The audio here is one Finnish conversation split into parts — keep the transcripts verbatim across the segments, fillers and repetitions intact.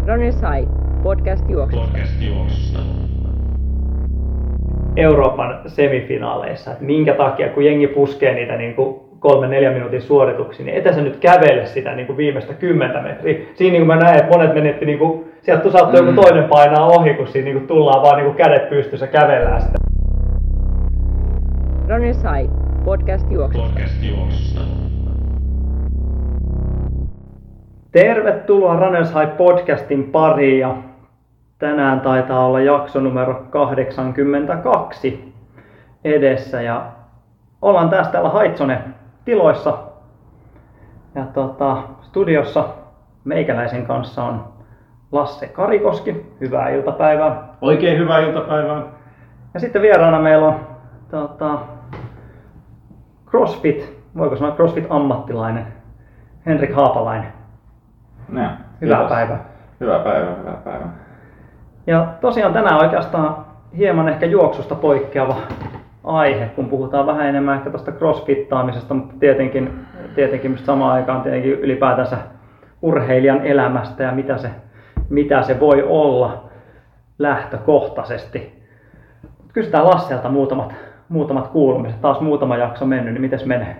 Runners High, podcast juoksusta. Podcast juoksusta. Euroopan semifinaaleissa, että minkä takia kun jengi puskee niitä niin kuin kolme neljä minuutin suorituksia, niin etä sä nyt kävele sitä niin kuin viimeistä kymmentä metriä. Siinä niin kuin mä näen, että monet menetti, niin kuin, sieltä saattoi mm. joku toinen painaa ohi, kun siinä niin kuin tullaan vaan niin kuin kädet pystyssä kävellään sitä. Runners High, podcast juoksusta. Podcast juoksusta. Tervetuloa Runners High podcastin pariin ja tänään taitaa olla jakso numero kahdeksankymmentäkaksi edessä ja ollaan tässä täällä Haitsonen tiloissa ja tota, studiossa meikäläisen kanssa on Lasse Karikoski. Hyvää iltapäivää. Oikein hyvää iltapäivää. Ja sitten vieraana meillä on tota, CrossFit, voiko sanoa CrossFit-ammattilainen Henrik Haapalainen. No, hyvää kiitos. päivää. Hyvää päivää, hyvää päivää. Ja tosiaan tänään oikeastaan hieman ehkä juoksusta poikkeava aihe, kun puhutaan vähän enemmän ehkä tuosta crossfittaamisesta, mutta tietenkin, tietenkin samaan aikaan tietenkin ylipäätänsä urheilijan elämästä ja mitä se, mitä se voi olla lähtökohtaisesti. Kysytään Lasselta muutamat, muutamat kuulumiset. Taas muutama jakso mennyt, niin mites menee?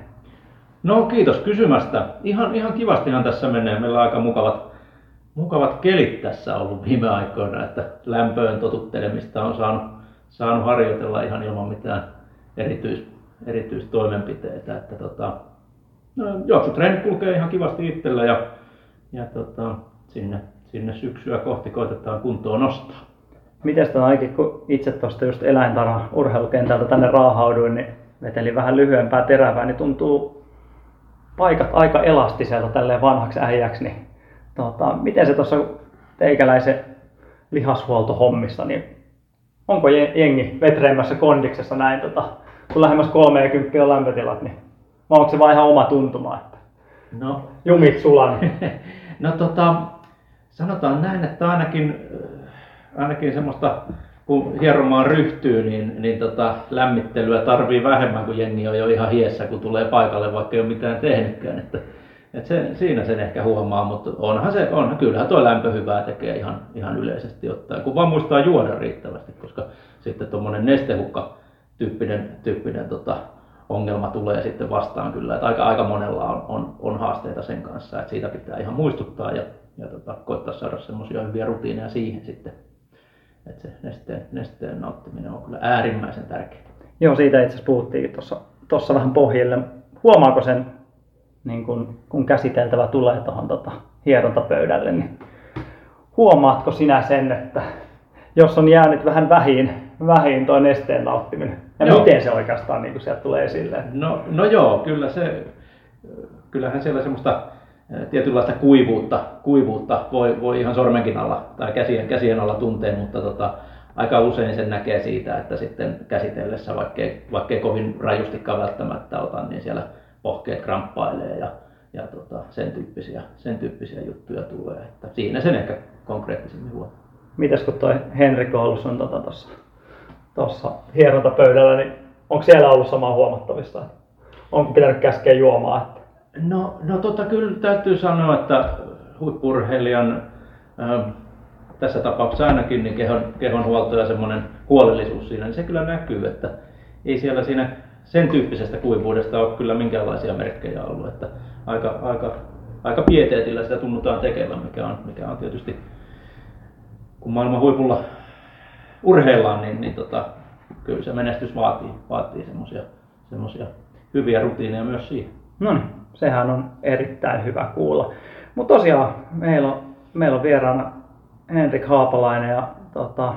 No kiitos kysymästä. Ihan, ihan kivastihan tässä menee. Meillä on aika mukavat, mukavat kelit tässä ollut viime aikoina, että lämpöön totuttelemista on saanut, saanut harjoitella ihan ilman mitään erityis, erityistoimenpiteitä. Että tota, no, juoksutreenit kulkee ihan kivasti itsellä ja, ja tota, sinne, sinne syksyä kohti koitetaan kuntoon nostaa. Miten sitä ainakin, kun itse tuosta just eläintarhan urheilukentältä tänne raahauduin, niin vetelin vähän lyhyempää terävää, niin tuntuu paikat aika elastiselta tälleen vanhaksi äijäksi. Niin, tota, miten se tuossa teikäläisen lihashuoltohommissa, niin onko jengi vetreimmässä kondiksessa näin, tota, kun lähemmäs kolmekymmentä on lämpötilat, niin vai onko se vaan ihan oma tuntuma, että no. jumit sulan? No tota, sanotaan näin, että ainakin ainakin semmoista, kun hieromaan ryhtyy, niin, niin tota, lämmittelyä tarvii vähemmän, kun jengi on jo ihan hiessä, kun tulee paikalle, vaikka ei ole mitään tehnytkään. Että, et se, siinä sen ehkä huomaa, mutta onhan se, onhan, kyllähän tuo lämpö hyvää tekee ihan, ihan yleisesti ottaen, kun vaan muistaa juoda riittävästi, koska sitten tuommoinen nestehukka-tyyppinen tyyppinen, tota, ongelma tulee sitten vastaan kyllä. Että aika, aika monella on, on, on haasteita sen kanssa, että siitä pitää ihan muistuttaa ja, ja tota, koittaa saada semmoisia hyviä rutiineja siihen sitten. Että se nesteen, nesteen nauttiminen on kyllä äärimmäisen tärkeää. Joo, siitä itse asiassa puhuttiinkin tuossa, tuossa vähän pohjille. Huomaako sen, niin kun, kun käsiteltävä tulee tuohon tota, hierontapöydälle, niin huomaatko sinä sen, että jos on jäänyt vähän vähiin, vähiin tuo nesteen nauttiminen, ja joo. Miten se oikeastaan niin sieltä tulee esille? No, no joo, kyllä se, kyllähän siellä semmoista tietynlaista kuivuutta, kuivuutta voi, voi ihan sormenkin alla tai käsien, käsien alla tuntea, mutta tota, aika usein sen näkee siitä, että sitten käsitellessä, vaikkei, vaikkei kovin rajustikaan välttämättä ota, niin siellä pohkeet kramppailee ja, ja tota, sen, tyyppisiä, sen tyyppisiä juttuja tulee. Että siinä sen ehkä konkreettisemmin huomaa. Mites kun toi Henrik on ollut sun tuossa tota, hierontapöydällä, niin onko siellä ollut samaa huomattavissa? Onko pitänyt käskeä juomaan? Että... No, no tota, kyllä täytyy sanoa, että huippu-urheilijan äh, tässä tapauksessa ainakin niin kehon, kehonhuolto ja semmoinen huolellisuus siinä, niin se kyllä näkyy, että ei siellä siinä sen tyyppisestä kuivuudesta ole kyllä minkäänlaisia merkkejä ollut, että aika, aika, aika pieteetillä sitä tunnutaan tekevän, mikä on, mikä on tietysti, kun maailman huipulla urheillaan, niin, niin tota, kyllä se menestys vaatii, vaatii semmoisia, semmoisia hyviä rutiineja myös siihen. No niin, sehän on erittäin hyvä kuulla. Mutta tosiaan meillä on, meillä on vieraana Henrik Haapalainen ja tota,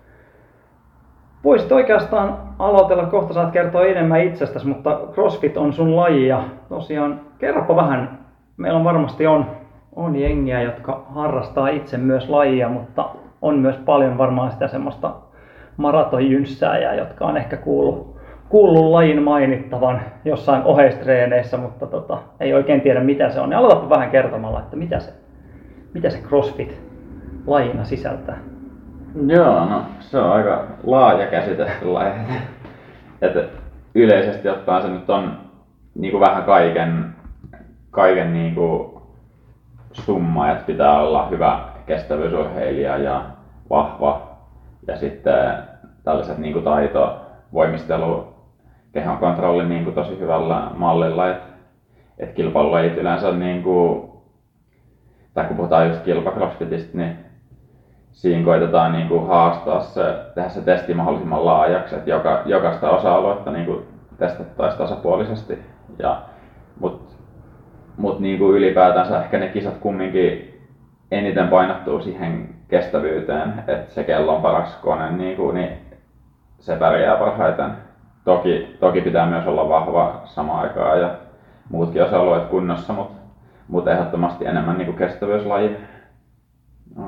voisit oikeastaan aloitella, kohta saat kertoa enemmän itsestäsi, mutta CrossFit on sun laji ja tosiaan kerropa vähän, meillä on varmasti on, on jengiä, jotka harrastaa itse myös lajia, mutta on myös paljon varmaan sitä semmoista maratonjynssääjää, jotka on ehkä kuullut kuullut lajin mainittavan jossain oheistreeneissä, mutta tota, ei oikein tiedä mitä se on. Niin aloitapa vähän kertomalla, että mitä se, mitä se CrossFit lajina sisältää. Joo, no se on aika laaja käsite laji. Että yleisesti ottaen se nyt on niinku vähän kaiken, kaiken niinku summa, että pitää olla hyvä kestävyysurheilija ja vahva. Ja sitten tällaiset niin kuin taito, voimistelu, kehon kontrolli niin kuin tosi hyvällä mallilla. Että et kilpailulajit yleensä, niin kuin, tai kun puhutaan just kilpacrossfitistä, niin siinä koitetaan niin kuin haastaa se, tehdä se testi mahdollisimman laajaksi, että joka, jokaista osa-aluetta niin kuin testattaisiin tasapuolisesti. Ja, mut, mut niin kuin ylipäätänsä ehkä ne kisat kumminkin eniten painottuu siihen kestävyyteen, että se kello on paras kone, niin, kuin, niin se pärjää parhaiten. Toki, toki pitää myös olla vahva samaan aikaan ja muutkin osa-alueet kunnossa, mutta mut ehdottomasti enemmän niin kuin kestävyyslaji. No.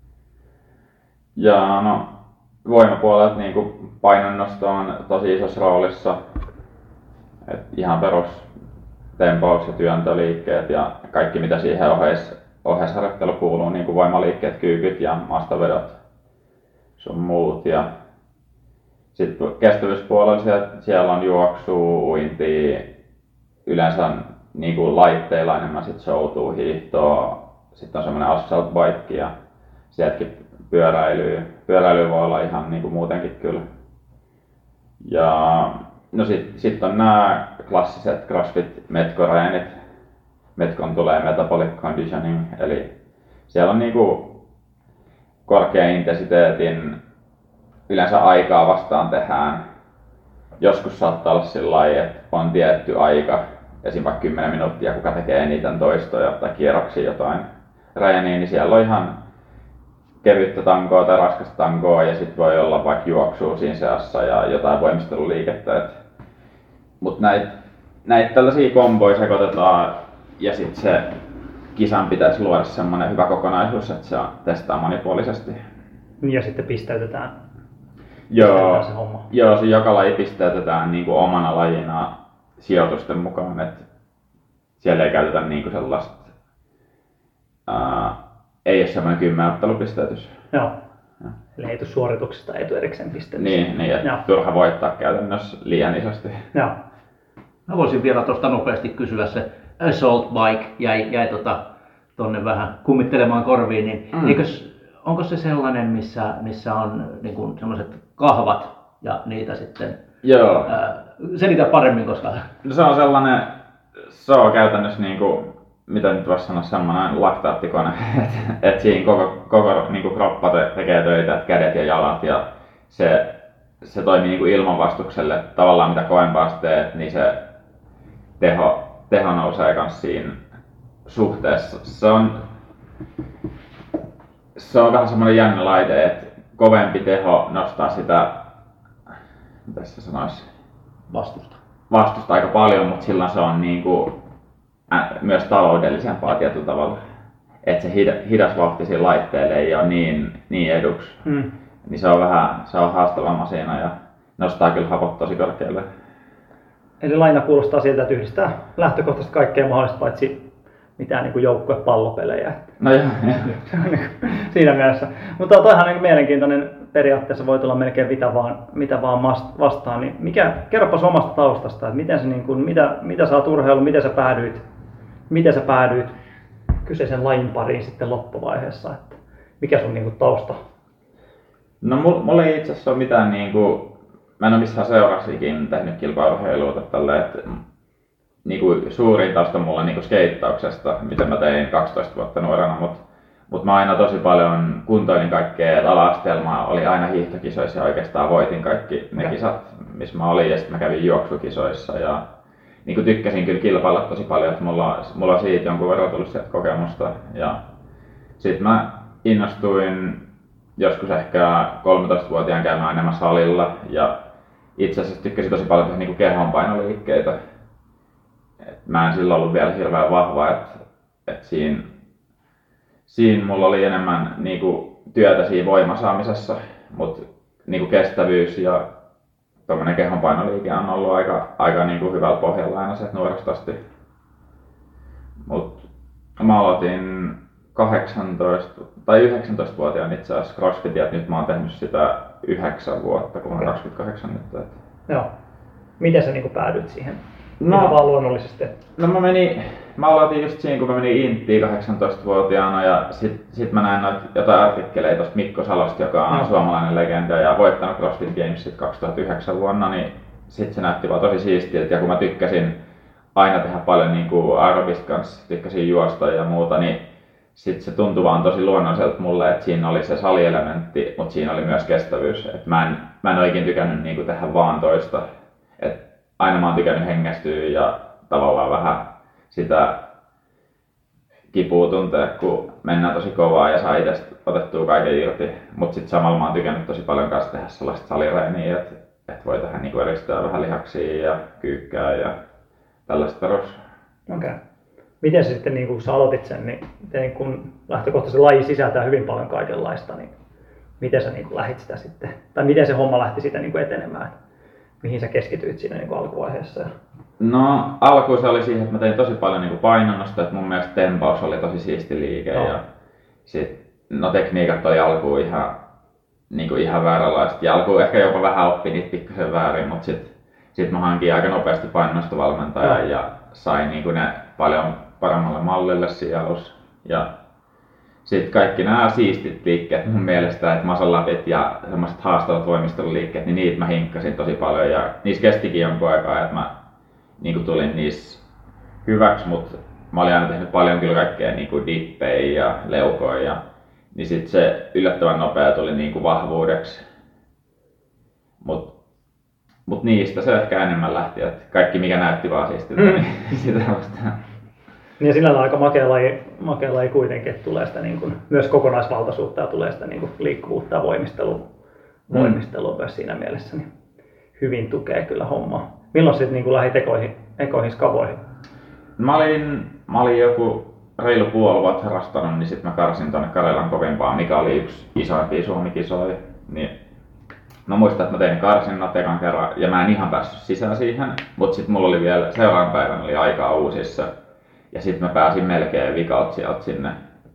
Ja no, voimapuolet niin kuin painonnosto on tosi isossa roolissa. Et ihan perus tempaus- ja työntöliikkeet ja kaikki mitä siihen oheis, oheisharjoittelu kuuluu, niin kuin voimaliikkeet, kyykyt ja maastavedot sun muut. Ja sitten kestävyyspuolella siellä, siellä on juoksua, uintia, yleensä niin kuin laitteilla enemmän sit showtua, hiihtoa. Sitten on semmoinen assault bike ja sieltäkin pyöräilyä. Pyöräily voi olla ihan niin kuin muutenkin kyllä. Ja no sit, sit on nämä klassiset CrossFit Metco-reenit. Metcon tulee metabolic conditioning, eli siellä on niinku korkean intensiteetin yleensä aikaa vastaan tehdään. Joskus saattaa olla sillä lailla, että on tietty aika, esim. Vaikka kymmenen minuuttia, kuka tekee eniten toistoja tai kierroksia jotain reeniä, niin siellä on ihan kevyttä tankoa tai raskasta tankoa ja sitten voi olla vaikka juoksua siinä seassa ja jotain voimisteluliikettä. Mutta näitä näit tällaisia komboja sekoitetaan ja sitten se kisan pitäisi luoda semmoinen hyvä kokonaisuus, että se testaa monipuolisesti. Ja sitten pisteytetään. Joo, se homma. joo, se joka laji pisteytetään niin kuin omana lajina sijoitusten mukaan, että siellä ei käytetä niin kuin sellaista, ää, ei ole semmoinen kymmenottelupisteytys. Joo. Ja. Eli ei tule suorituksesta, ei tule erikseen pisteytys. Niin, niin että turha voittaa käytännössä liian isosti. Joo. Mä voisin vielä tuosta nopeasti kysyä, se assault bike jäi, jäi tota, tonne vähän kummittelemaan korviin, niin mm. eikös, onko se sellainen, missä, missä on niin kuin sellaiset kahvat ja niitä sitten Joo. Ää, selitä paremmin, koska... No se on sellainen, se on käytännössä niinku, mitä nyt voisi sanoa, semmoinen laktaattikone, että et siinä koko, koko niinku kroppa te, tekee töitä, että kädet ja jalat ja se, se toimii niinku ilmanvastukselle, että tavallaan mitä kovempaa sä teet, niin se teho, teho nousee kans siinä suhteessa. Se on, se on vähän semmoinen jännä laite, että kovempi teho nostaa sitä, mitä se sanoisi? Vastusta. Vastusta aika paljon, mutta silloin se on niinku, äh, myös taloudellisempaa tietyllä tavalla. Että se hidasvauhtisilla laitteille ei ole niin, niin eduksi. Mm. Niin se on vähän se on haastavamma siinä ja nostaa kyllä hapot tosi korkealle. Eli laina kuulostaa siltä, että yhdistää lähtökohtaisesti kaikkea mahdollista, paitsi mitään niin kuin joukkue-pallopelejä. No joo. Siinä mielessä. Mutta toihan niin mielenkiintoinen, periaatteessa voi tulla melkein mitä vaan, mitä vaan vastaan. Niin mikä, kerropas omasta taustasta, että miten se, niin kuin, mitä, mitä sä oot urheillut, miten sä päädyit, miten sä päädyit kyseisen lajin pariin sitten loppuvaiheessa, että mikä sun niin kuin, tausta? No mulla ei itse asiassa ole mitään niinku, mä en ole missään seuraksikin tehnyt kilpaurheilua tälle, että niinku suurin tausta mulla niinku skeittauksesta, mitä mä tein kaksitoista vuotta nuorena, mutta mut mä aina tosi paljon kuntoilin kaikkea, että ala-asteella oli aina hiihtokisoissa ja oikeastaan voitin kaikki ne kisat, missä mä olin ja sitten mä kävin juoksukisoissa ja niinku tykkäsin kyllä kilpailla tosi paljon, että mulla, mulla on siitä jonkun verran tullut sieltä kokemusta ja sitten mä innostuin joskus ehkä kolmetoistavuotiaan käymään enemmän salilla ja itse asiassa tykkäsin tosi paljon tehdä niinku kehonpainoliikkeitä. Et mä en silloin ollut vielä hirveän vahva, että et siinä, siinä mulla oli enemmän niinku työtä siinä voimasaamisessa, mutta niinku kestävyys ja tommonen kehonpainoliike on ollut aika, aika niinku hyvällä pohjalla aina se nuoresta asti. Mut mä aloitin kahdeksantoista tai yhdeksäntoistavuotiaan itse asiassa CrossFitia, että nyt mä oon tehnyt sitä yhdeksän vuotta, kun mä oon kaksikymmentäkahdeksan nyt. Joo. Miten sä niinku päädyit siihen No, ihan vaan luonnollisesti. No mä menin, mä aloitin just siinä kun mä menin Inttiin kahdeksantoistavuotiaana ja sit, sit mä näin noita jotain artikkeleita tosta Mikko Salosta, joka on no. suomalainen legenda ja voittanut CrossFit Gamesit kaksituhattayhdeksän vuonna, niin sit se näytti vaan tosi siistiltä ja kun mä tykkäsin aina tehdä paljon niinku aerobista kanssa, tykkäsin juosta ja muuta, niin sit se tuntui vaan tosi luonnolliselta mulle, että siinä oli se salielementti, mutta siinä oli myös kestävyys. Et mä, en, mä en oikein tykännyt niinku tehdä vaan toista. Et aina mä oon tykännyt hengästyä ja tavallaan vähän sitä kipua tuntea, kun mennään tosi kovaa ja saa itse otettua kaiken irti. Mutta sitten samalla mä oon tykännyt tosi paljon kanssa tehdä sellaista salireeniä, että et voi tehdä niinku eristää vähän lihaksia ja kyykkää ja tällaista perus. Okei. Okay. Miten se sitten, niin kun sä aloitit sen, niin tein, kun lähtökohtaisesti laji sisältää hyvin paljon kaikenlaista, niin miten sä niin kun lähdit sitä sitten, tai miten se homma lähti sitä niin kun etenemään? Mihin sä keskityit siinä niin kun alkuvaiheessa? No alkuun se oli siihen, että mä tein tosi paljon niin painonnosta, että mun mielestä tempaus oli tosi siisti liike no. ja sit, no tekniikat oli alkuun ihan, niin kuin ihan vääränlaista ja alkuun ehkä jopa vähän oppi niitä pikkasen väärin, mutta sit, sit mä hankin aika nopeasti painonnostovalmentajan no. ja sain niin kuin ne paljon paremmalle mallille siinä alussa. Ja sitten kaikki nämä siistit liikkeet mun mielestä, että muscle upit ja semmoiset haastavat voimisteluliikkeet, niin niitä mä hinkkasin tosi paljon ja niissä kestikin jonkun aikaa, että mä niin kuin tulin niissä hyväksi, mutta mä olin aina tehnyt paljon kyllä kaikkea niin kuin dippejä ja leukoja, ja, niin sit se yllättävän nopea tuli niin kuin vahvuudeksi. Mut, mut niistä se ehkä enemmän lähti, että kaikki mikä näytti vaan siistiltä, mm. niin sitä vastaan. Niin sillä on aika makea laji, makea laji kuitenkin, että tulee sitä niin kuin, myös kokonaisvaltaisuutta ja tulee sitä niin kuin liikkuvuutta ja voimistelua, mm. voimistelua myös siinä mielessä. Niin hyvin tukee kyllä hommaa. Milloin sitten niin lähdit ekoihin, ekoihin skavoihin? Mä olin, mä olin joku reilu puoli vuotta harrastanut, niin sitten mä karsin tuonne Karelan kovimpaan, mikä oli yksi isoimpia Suomi-kisoja. Niin mä muistan, että mä tein karsinnat ekan kerran ja mä en ihan päässyt sisään siihen, mutta sitten mulla oli vielä seuraavan päivän oli aikaa uusissa. Ja sitten mä pääsin melkein vikalta sieltä sinne.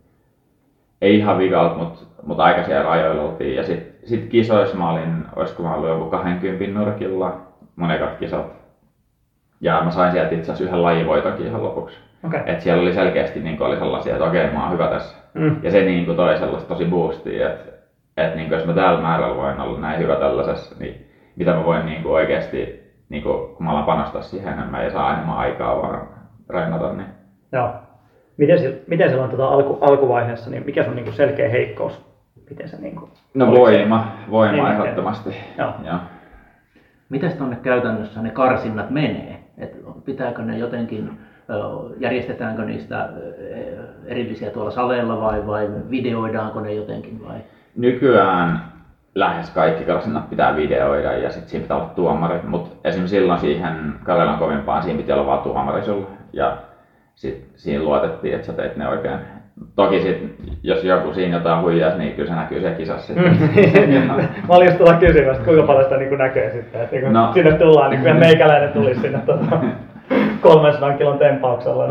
Ei ihan vikalta, mutta mut aika siellä rajoilla oltiin. Ja sitten sit kisoissa mä olin, olisiko mä ollut joku kaksikymmentä nurkilla mun ekat kisat. Ja mä sain sieltä itse asiassa yhden lajivoitonkin ihan lopuksi. Okay. Et siellä oli selkeästi niin oli sellaisia, että okei, mä oon hyvä tässä. Mm. Ja se niin toi sellaista tosi boostia, että et, niin jos mä tällä määrällä voin olla näin hyvä tällaisessa, niin mitä mä voin niin oikeasti, niin kun mä alan panostaa siihen enemmän ja saa enemmän aikaa vaan reenata. Niin. Joo. Miten, miten silloin tuota alku, alkuvaiheessa, niin mikä sun niin selkeä heikkous? Miten se, niin kuin, no voima, voima niin, ehdottomasti. Joo. Joo. Mites tuonne käytännössä ne karsinnat menee? Et pitääkö ne jotenkin, järjestetäänkö niistä erillisiä tuolla saleilla vai, vai videoidaanko ne jotenkin? Vai? Nykyään lähes kaikki karsinnat pitää videoida ja sit siinä pitää olla tuomarit, mutta esimerkiksi silloin siihen Karelan kovimpaan siinä piti olla vaan tuomari sulla. Ja sit siinä luotettiin, että sä teit ne oikein. Toki sit, jos joku siinä jotain huijaisi, niin kyllä se näkyy se kisassa sitten. Mä olin just tulla kysymästä, kuinka paljon sitä niin näkee sitten. Että niin no. Sinne tullaan, niin kyllä meikäläinen tulisi sinne tuota, kolmensadan kilon tempauksella.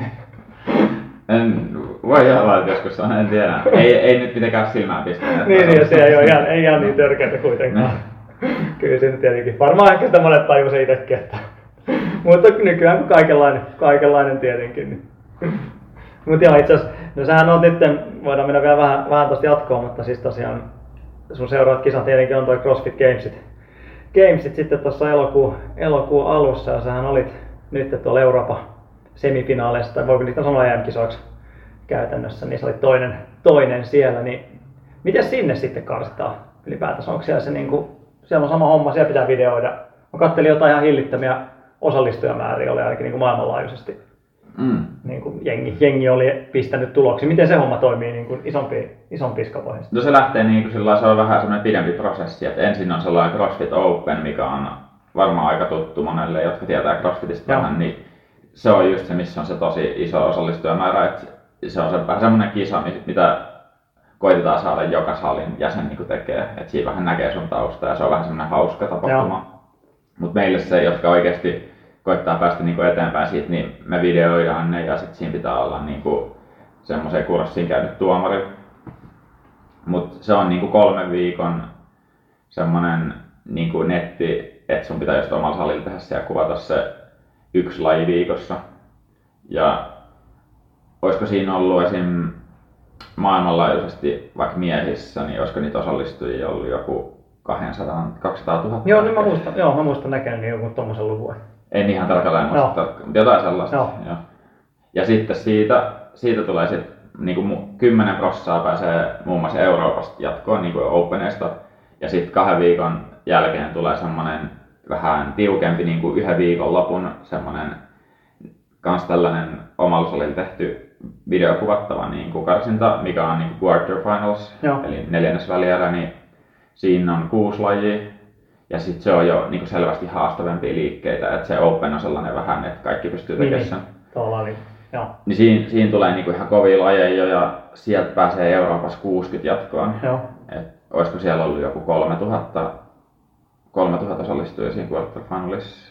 En, voi olla, että joskus on, en tiedä. Ei, ei nyt mitenkään silmään pistää. niin, niin, se ei ole ihan, ei ihan niin törkeätä kuitenkaan. Kyllä se nyt tietenkin. Varmaan ehkä sitä monet tajuu se itsekin, että mutta nykyään kaikenlainen, kaikenlainen tietenkin. Niin. Mutta joo, itse asiassa, no sähän on nyt, voidaan mennä vielä vähän, vähän tosta jatkoon, mutta siis tosiaan sun seuraavat kisat tietenkin on toi CrossFit Gamesit. Gamesit sitten tuossa elokuun, elokuun alussa ja sähän olit nyt tuolla Euroopan semifinaaleissa, tai voiko niitä sanoa E M-kisoiksi käytännössä, niin sä olit toinen, toinen siellä, niin miten sinne sitten karsitaan ylipäätänsä? Onko siellä se niinku, siellä on sama homma, siellä pitää videoida. Mä kattelin jotain ihan hillittömiä osallistujamääriä oli ainakin niin kuin maailmanlaajuisesti. Mm. Niin kuin jengi, jengi oli pistänyt tuloksi. Miten se homma toimii niin kuin isompiin, isompiin skapoihin? No se lähtee niin kuin sillä se on vähän semmoinen pidempi prosessi. Että ensin on sellainen CrossFit Open, mikä on varmaan aika tuttu monelle, jotka tietää CrossFitista vähän. Niin se on just se, missä on se tosi iso osallistujamäärä. Että se on se, vähän semmoinen kisa, mitä koitetaan saada joka salin jäsen niin kuin tekee. Että siinä vähän näkee sun taustaa ja se on vähän semmoinen hauska tapahtuma. Mutta meille se, jotka oikeasti koittaa päästä niinku eteenpäin siitä, niin me videoidaan ne ja sitten siinä pitää olla niinku semmoisen kurssin käynyt tuomari. Mutta se on niinku kolmen viikon semmoinen niinku netti, että sun pitää just omalla salilla tehdä se ja kuvata se yksi laji viikossa. Ja olisiko siinä ollut esim. Maailmanlaajuisesti vaikka miehissä, niin olisiko niitä osallistujia ollut joku kaksisataa tuhatta? Joo, niin mä muistan, joo, mä muistan näkemäni joku tommosen luvun. En ihan tarkalleen muista, mutta jotain sellaista. Joo. Joo. Ja sitten siitä, siitä tulee sit, niinku kymmenen prosenttia pääsee muun muassa Euroopasta jatkoon niinku Openeista. Ja sitten kahden viikon jälkeen tulee semmonen vähän tiukempi niinku yhden viikon lopun semmonen kans tällainen omalla salilla tehty videokuvattava niinku karsinta, mikä on niinku quarterfinals, Joo. eli neljännesvälierä, niin siinä on kuusi lajia. Ja sitten se on jo niinku selvästi haastavempia liikkeitä, että se Open on sellainen vähän, että kaikki pystyy tekemään sen. Niin, niin. Joo. Niin siinä, siinä tulee niinku ihan kovia lajeja jo, ja sieltä pääsee Euroopassa kuusikymmentä jatkoon. Joo. Et olisiko siellä ollut joku kolmetuhatta, kolmetuhatta osallistujia siinä quarterfinalissa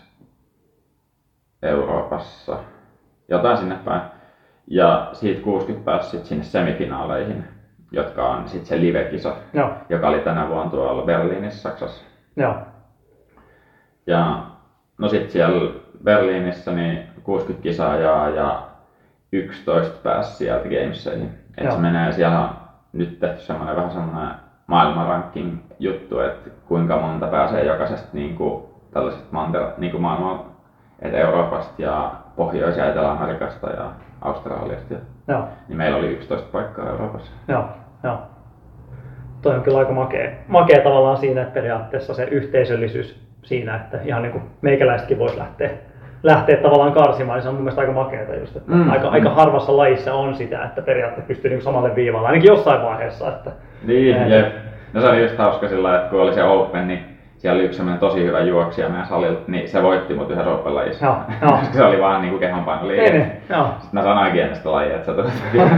Euroopassa, jotain sinne päin. Ja siitä kuusikymmentä pääsi sit sinne semifinaaleihin, jotka on sit se live-kisa, Joo. joka oli tänä vuonna tuolla Berliinissä, Saksassa. Joo. Ja no sit siellä Berliinissä niin kuusikymmentä kisaajaa ja yksitoista pääsi sieltä Gameseihin. Et se menee, siellä on nyt tehty semmoinen vähän semmoinen maailmanranking juttu, että kuinka monta pääsee jokaisesta niinku tällaisesta manter, niinku maailman, että Euroopasta ja Pohjois- ja Etelä-Amerikasta ja Australiasta. Joo. Niin meillä oli yksitoista paikkaa Euroopassa. Joo. Joo. Toi on kyllä aika makea, makea tavallaan siinä, että periaatteessa se yhteisöllisyys siinä, että ihan niin kuin meikäläisetkin voisi lähteä, lähteä tavallaan karsimaan, niin se on mun mielestä aika makeata just, että mm, aika, mm. aika harvassa lajissa on sitä, että periaatteessa pystyy niin samalle viivalle, ainakin jossain vaiheessa. Että, niin, jep. No se oli just hauska sillä, että kun oli se Open, niin siellä oli yksi semmoinen tosi hyvä juoksija meidän salilta, niin se voitti mut yhdessä Open-lajissa. Joo, joo. Koska se oli vaan niinku kehonpainoliike. Niin, joo. Sitten mä sanoinkin ennen sitä lajia, että sä tulet.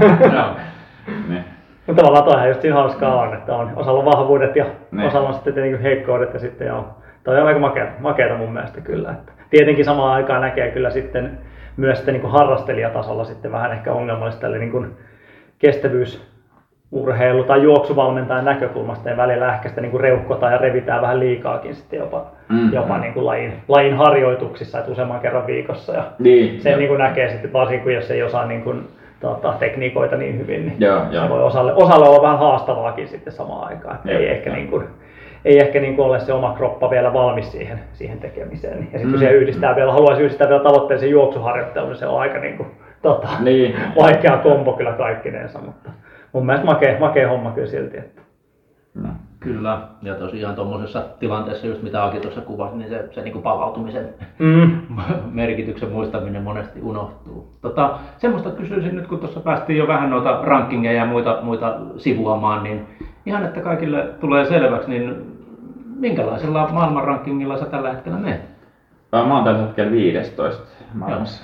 Niin. Mutta tavallaan toihan just siinä hauskaa on, että on osalla vahvuudet ja niin. osalla sitten tietenkin heikkoudet ja sitten joo. Toi on aika makeata, makeata mun mielestä kyllä. Että tietenkin samaan aikaan näkee kyllä sitten myös sitten niin kuin harrastelijatasolla sitten vähän ehkä ongelmallista tälle niin kuin kestävyysurheilu- tai juoksuvalmentajan näkökulmasta ja välillä ehkä sitä niin kuin reuhkotaan ja revitään vähän liikaakin sitten jopa, mm, jopa mm. Niin kuin lajin, lajin harjoituksissa, että useamman kerran viikossa. Ja niin, sen niin kuin näkee sitten varsinkin, jos ei osaa niin kuin Tota, tekniikoita niin hyvin, niin joo, se joo. voi osalle, osalle olla vähän haastavaakin sitten samaan aikaan. Että ei, ehkä niin kuin, ei ehkä niin kuin ole se oma kroppa vielä valmis siihen, siihen tekemiseen. Ja sitten kun mm. siihen yhdistää vielä, haluaisi yhdistää vielä tavoitteellisen juoksuharjoittelun, niin se on aika niin kuin, tota, niin. vaikea kombo kyllä kaikkinensa. Mutta mun mielestä makea, makea homma kyllä silti. Että. No. Kyllä, ja tosiaan tuommoisessa tilanteessa, just mitä Aki tuossa kuvasi, niin se, se niin kuin palautumisen mm. merkityksen muistaminen monesti unohtuu. Tota, semmoista kysyisin nyt, kun tuossa päästiin jo vähän noita rankingeja ja muita, muita sivuamaan, niin ihan että kaikille tulee selväksi, niin minkälaisella maailmanrankingilla sä tällä hetkellä menet? Mä oon tällä hetkellä viidestoista maailmassa.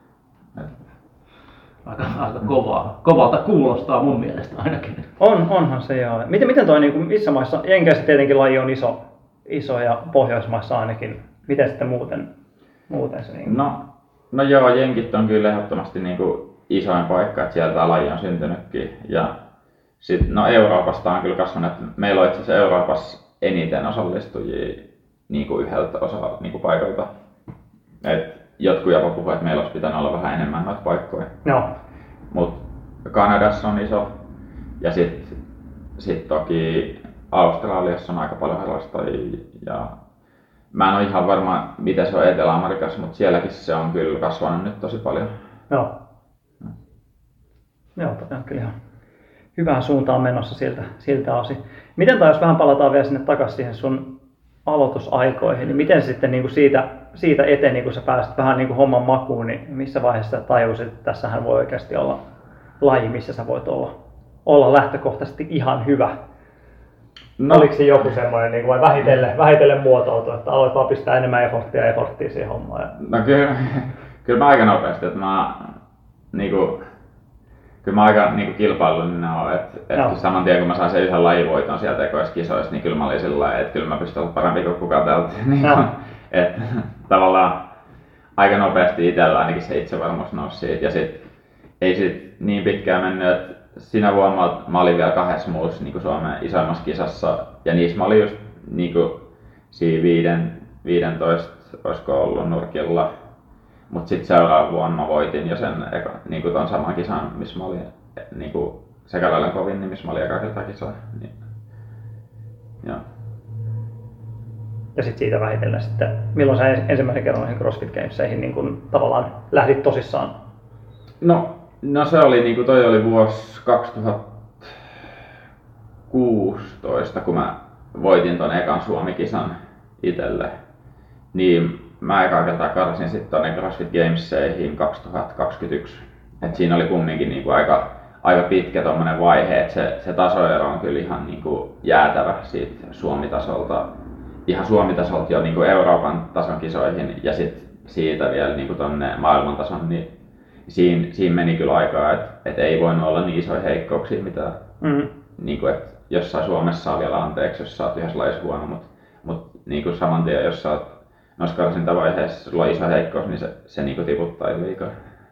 Aika, aika kovaa. Kovalta kuulostaa mun mielestä ainakin. On, onhan se joo. Miten, miten toi, niin kuin, missä maissa, Jenkeissä tietenkin laji on iso, iso ja Pohjoismaissa ainakin. Miten sitten muuten, muuten se? Niin... No, no joo, Jenkit on kyllä ehdottomasti niin kuin isoin paikka, että siellä tämä laji on syntynytkin. Ja sit, no Euroopasta on kyllä kasvanut, että meillä on itse asiassa Euroopassa eniten osallistujia niin kuin yhdeltä osa niin kuin paikalta. Et jotkut jopa puhuvat, että meillä olisi pitänyt olla vähän enemmän noita paikkoja. No. Mut Kanadassa on iso ja sitten sit toki Australiassa on aika paljon harrastajia. Ja mä en ole ihan varma mitä se on Etelä-Amerikassa, mutta sielläkin se on kyllä kasvanut nyt tosi paljon. Joo. No. Joo, tämä on kyllä ihan hyvään suuntaan menossa siltä, siltä osin. Miten tai jos vähän palataan vielä sinne takaisin siihen sun aloitusaikoihin, niin miten sitten niin kuin siitä, siitä eteni, kun sä pääsit vähän niin kuin homman makuun, niin missä vaiheessa tajusit, että tässähän voi oikeasti olla laji, missä sä voit olla, olla lähtökohtaisesti ihan hyvä? No. Oliko se joku semmoinen, niin kuin vai vähitellen, vähitellen muotoutua, että aloit vaan pistää enemmän efforttia ja efforttia siihen hommaan? Ja... No kyllä, kyllä mä aika nopeasti, että mä niin kuin, kyllä mä aika niin kilpailullinen olen, että et saman tien kun mä sain sen yhden lajivoiton sieltä ekoissa kisoissa, niin kyllä mä olin sillä että kyllä mä pystyn olla parempi kuin kukaan täältä. Niin, että tavallaan aika nopeasti itsellä ainakin se itsevarmuus nousi siitä ja sit ei sit niin pitkään mennyt, että siinä vuonna mä olin vielä kahdessa muussa niin Suomen isoimmassa kisassa ja niissä mä olin just niin siinä viiden, viidentoista, olisiko ollut nurkilla. Mut sit seuraava vuonna mä voitin jo sen eka, niinku ton saman kisan, missä mä olin niinku sekä lailla kovin, niin missä mä olin eka kertaa kisoja. Niin, joo. Ja sitten siitä vähitellen sitten, milloin sä ensimmäisen kerran noihin CrossFit Gameseihin niin kun tavallaan lähdit tosissaan? No, no se oli niinku, toi oli vuosi kaksituhattakuusitoista, kun mä voitin ton ekan Suomi-kisan itelle. Niin mä ekaa kertaa karsin sitten tonne CrossFit Gameseihin kaksituhattakaksikymmentäyksi. Et siinä oli kumminkin niinku aika, aika pitkä tommonen vaihe, että se, se tasoero on kyllä ihan niinku jäätävä siitä Suomi-tasolta. Ihan Suomi-tasolta jo niinku Euroopan tason kisoihin ja sit siitä vielä niinku tonne maailmantason, niin siinä, siinä meni kyllä aikaa, että et ei voinut olla niin isoja heikkouksia, mitä mm-hmm. niinku, et jossain Suomessa saa vielä anteeksi, jos sä oot yhdessä lajissa huono, mutta mut, niinku saman tien, jos sä oot noissa karsintavaiheissa, sulla on iso heikkous, niin se, se niinku tiputtaa liikaa.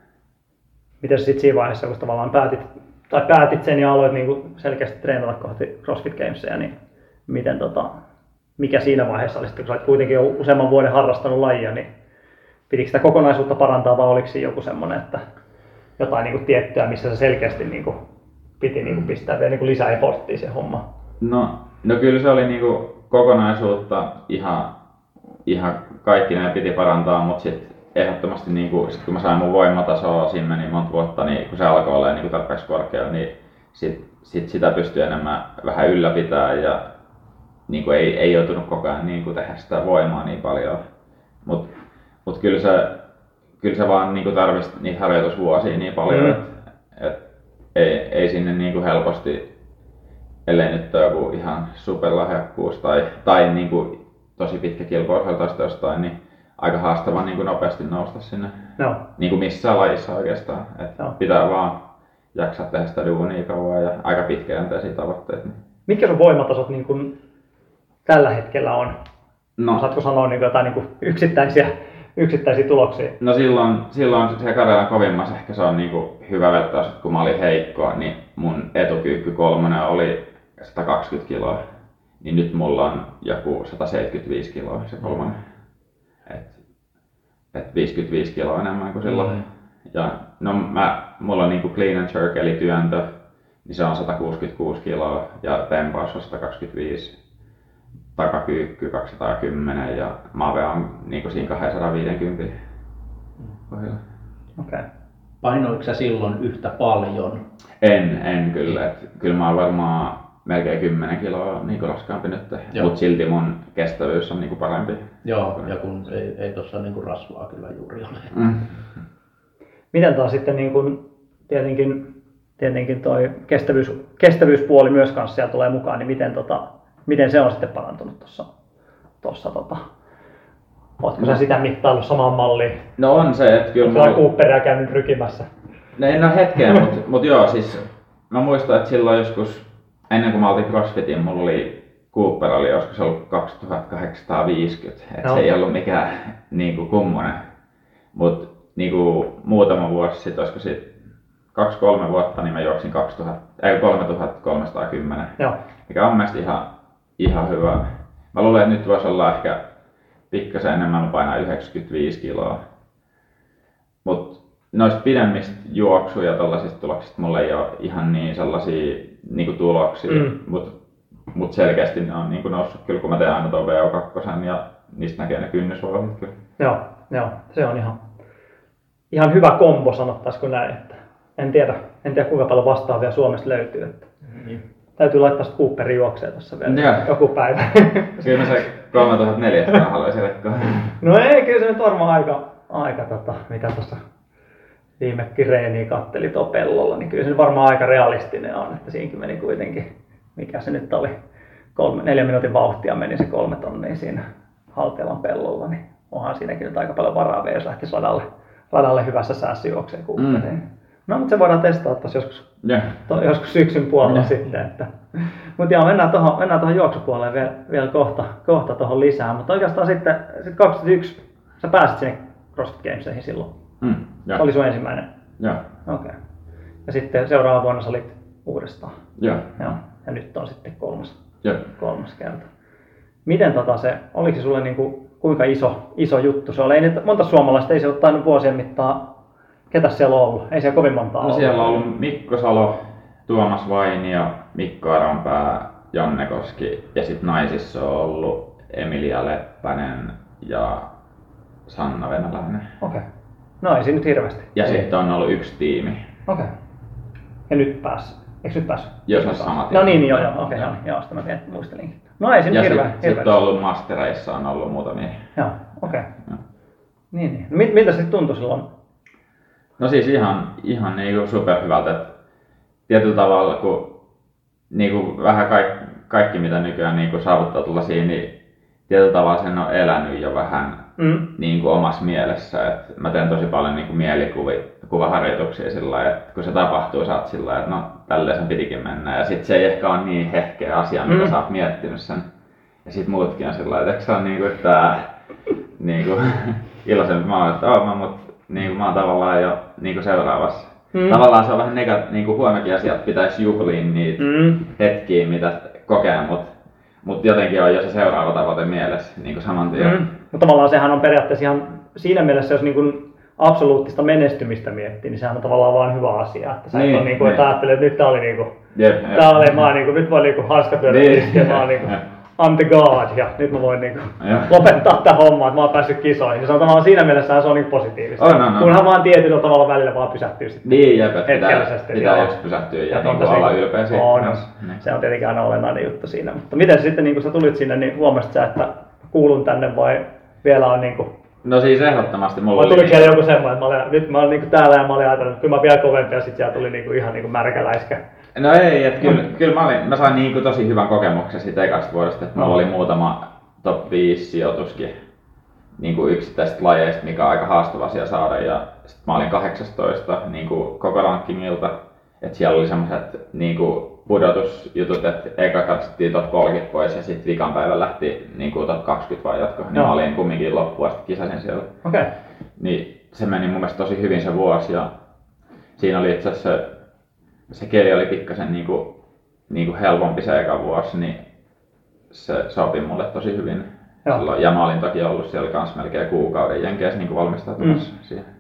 Miten sitten siinä vaiheessa, kun tavallaan päätit, tai päätit sen ja aloit niinku selkeästi treenata kohti CrossFit Gamesia, niin miten tota, mikä siinä vaiheessa oli sitten, kun sä olet kuitenkin jo useamman vuoden harrastanut lajia, niin pitikö sitä kokonaisuutta parantaa vai oliko siinä joku semmoinen, että jotain niinku tiettyä, missä se selkeästi niinku piti niinku pistää vielä niinku lisää efforttia se homma? No, no kyllä se oli niinku kokonaisuutta ihan, ihan kaikki ne piti parantaa, mutta sitten ehdottomasti niinku, sit kun mä sain mun voimatasoa, siinä meni monta vuotta, niin kun se alkoi olla niinku tarpeeksi korkealla, niin sit, sit sitä pystyi enemmän vähän ylläpitämään ja niinku ei, ei joutunut koko ajan niinku tehdä sitä voimaa niin paljon. Mut, mut kyllä se, kyllä se vaan niinku tarvitsi niitä harjoitusvuosia niin paljon, mm. että et ei, ei sinne niinku helposti, ellei nyt ole joku ihan superlahjakkuus tai, tai niinku tosi pitkä kilpailu tai jostain, niin aika haastava niinku nopeasti nousta sinne. No. Niinku missään lajissa oikeastaan. Et no. Pitää vaan jaksaa tehdä sitä duunia kauan ja aika pitkäjänteisiä tavoitteita. Niin. Mitkä sun voimatasot niin kun tällä hetkellä on? No. Saatko sanoa niin jotain niin yksittäisiä, yksittäisiä tuloksia? No silloin, silloin se Karjalan kovimmassa ehkä se on niin hyvä vertaus, että kun mä olin heikkoa, niin mun etukyykky kolmonen oli sata kaksikymmentä kiloa. Niin nyt mulla on joku sata seitsemänkymmentäviisi kiloa se kolmonen. Et, et viisikymmentäviisi kiloa enemmän kuin silloin. Mm. Ja no mä, mulla on niinku clean and jerk eli työntö, niin se on sata kuusikymmentäkuusi kiloa ja tempaus on sata kaksikymmentäviisi. Takakyykky kaksisataakymmenen ja mave on niinku siinä kaksisataaviisikymmentä kohdilla. Okei. Okay. Painoitko sä silloin yhtä paljon? En, en kyllä. Et, kyllä mä oon varmaan melkein kymmenen kiloa niinku raskaampi nyt, mutta silti mun kestävyys on niinku parempi. Joo, ja kun ei, ei tossa niinku rasvaa kyllä juuri ole. Mm. Miten taas sitten niinku, tietenkin, tietenkin toi kestävyys, kestävyyspuoli myös kanssa siellä tulee mukaan, niin miten, tota, miten se on sitten parantunut tuossa? Tossa, tota, ootko no. sä sitä mittaillut samaan malliin? No on se, että kyllä mulla... Cooperia käynyt rykimässä? No en ole hetkeä, mutta mut joo, siis mä muistan, että silloin joskus ennen kuin mä oltiin CrossFitin, mulla oli Cooper oli joskus ollut kaksituhattakahdeksansataaviisikymmentä, että no. se ei ollut mikään niinku kummonen. Mut niinku muutama vuosi sitten, olisiko sit kaksi kolme vuotta, niin mä juoksin kaksituhatta, ei, kolmetuhattakolmesataakymmenen, Joo. mikä on mielestäni ihan, ihan hyvä. Mä luulen, että nyt voisi olla ehkä pikkasen enemmän, mä painaa yhdeksänkymmentäviisi kiloa. Mut noista pidemmistä juoksu- ja tollasista tuloksista mulla ei ole ihan niin sellaisia niinku tuloksia, mm. mut, mut selkeästi ne on niinku noussut kyllä, kun mä teen aina tuon V O kaksi ja niistä näkee ne kynnysvoimat kyllä. Joo, joo, se on ihan, ihan hyvä kombo, sanottaisiko näin. Että en tiedä, en tiedä kuinka paljon vastaavia Suomesta löytyy. Että mm. Täytyy laittaa sitä Cooperin juokseen tuossa vielä ja. joku päivä. Kyllä mä se kolmetuhattaneljäsataa haluaisin rekkoa. No ei, kyllä se nyt varmaan aika, aika tota, mitä tuossa viime reeniä katteli tuo pellolla, niin kyllä se varmaan aika realistinen on, että siinäkin meni kuitenkin, mikä se nyt oli, kolme, neljän minuutin vauhtia meni se kolme tonnia siinä Haltealan pellolla, niin onhan siinäkin nyt aika paljon varaa vielä, jos lähtisi radalle, radalle hyvässä säässä juokseen Cooperiin. Mm. No, mutta se voidaan testata tuossa joskus, yeah. to, joskus syksyn puolella yeah. sitten. Että. Mutta joo, mennään tuohon mennään tuohon juoksupuoleen vielä, vielä kohta, kohta tuohon lisää. Mutta oikeastaan sitten sit kaksituhattayksi sä pääsit sinne CrossFit Gameseihin silloin. Mm, se oli sun ensimmäinen? Joo. Okei. Okay. Ja sitten seuraavana vuonna sä olit uudestaan? Joo. Joo. Ja nyt on sitten kolmas, Joo. kolmas kerta. Miten tota se, oliko se sulle niinku kuinka iso, iso juttu se oli? Ei nyt, monta suomalaista ei se ole tainnut vuosien mittaan. Ketä siellä on ollut? Ei siellä kovin montaa no, ollut. Siellä on ollut Mikko Salo, Tuomas Vainio, Mikko Aranpää, Janne Koski ja sitten naisissa on ollut Emilia Leppänen ja Sanna Venäläinen. Okei. Okay. No ei siinä nyt hirveästi. Ja sitten on ollut yksi tiimi. Okei. Okay. Ja nyt pääs. Eikö nyt päässyt? Jos on sama tiimi. No niin, joo, joo. Okei, okay, joo, joo, sitä mä vielä muistelinkin. No ei siinä ja hirveä. Ja sitten sit on ollut mastereissa on ollut muutamia. Joo, okei. Okay. Niin, niin. No, mit, miltä se sitten tuntui silloin? No siis ihan, ihan niinku superhyvältä. Tietyllä tavalla, kun niinku vähän kaikki, kaikki mitä nykyään niinku saavuttaa tullaisia, niin tietyllä tavalla sen on elänyt jo vähän mm. niinku omassa mielessä. Et mä teen tosi paljon niinku mielikuvaharjoituksia sillä lailla, että kun se tapahtuu, sä oot sillä lailla, että no tälleen sen pitikin mennä. Ja sit se ei ehkä ole niin hehkeä asia, mitä mm. sä oot miettinyt sen. Ja sit muutkin on sillä lailla, että se on niinku tää niinku, iloisempi mä oon, että oon mä, mut niinku mä oon tavallaan jo niinku seuraavassa. Mm. Tavallaan se on vähän negat, niinku huonokin asia, että pitäisi juhliin niitä mm. hetkiä, mitä kokee, mut, mut jotenkin on jo se seuraava tavoite mielessä niinku saman tien. Mm. No tavallaan sehän on periaatteessa ihan siinä mielessä, jos niinku absoluuttista menestymistä miettii, niin sehän on tavallaan vaan hyvä asia. Että sä niin, et on niinku, niin. Että ajattelet, että nyt tää oli niinku, yep, tää yep. oli, mä niinku, nyt voi niinku hanskatyötä iskeä, mä oon niinku, I'm the god, ja nyt mä voin niinku lopettaa tää homma, että mä oon päässyt kisoihin. Se on tavallaan siinä mielessä se on niinku positiivista. Oh, no, no. Kunhan vaan tietyllä tavalla välillä vaan pysähtyy sitten niin, jep, hetkellisesti. Pitää, pitää just pysähtyä ja, ja niinku olla ylpeä siitä. On, no. niin. Se on tietenkin aina olennainen juttu siinä. Mutta miten sitten niin kun sä tulit sinne, niin huomasit sä, että kuulun tänne vai vielä on niinku... No siis ehdottomasti mulla vai oli... tuliko siellä joku semmoinen, että mä olin, nyt mä olin niinku täällä ja mä olin ajatellut, että kyllä mä vielä kovempi ja sit siellä tuli niinku ihan niinku märkäläiskä. No ei, että kyllä, kyllä mä, olin, mä sain niinku tosi hyvän kokemuksen siitä ekasta vuodesta, että mulla no. oli muutama top viisi sijoituskin niinku yksittäisistä lajeista, mikä on aika haastava asia saada, ja sit mä olin kahdeksantoista niinku koko rankingilta, että siellä oli semmoset niinku pudotusjutut, että eka katsottiin top kolmekymmentä pois ja sitten vikan päivän lähti niinku top kaksikymmentä vai jatko, niin no. mä olin kumminkin loppuun asti kisasin siellä. Okay. Niin se meni mun mielestä tosi hyvin se vuosi, ja siinä oli itse asiassa se keli oli pikkasen niinku, niinku helpompi se eka vuosi, niin se sopi mulle tosi hyvin. Silloin, ja mä olin toki ollut siellä kans melkein kuukauden jenkeissä niinku valmistautumassa mm. siihen.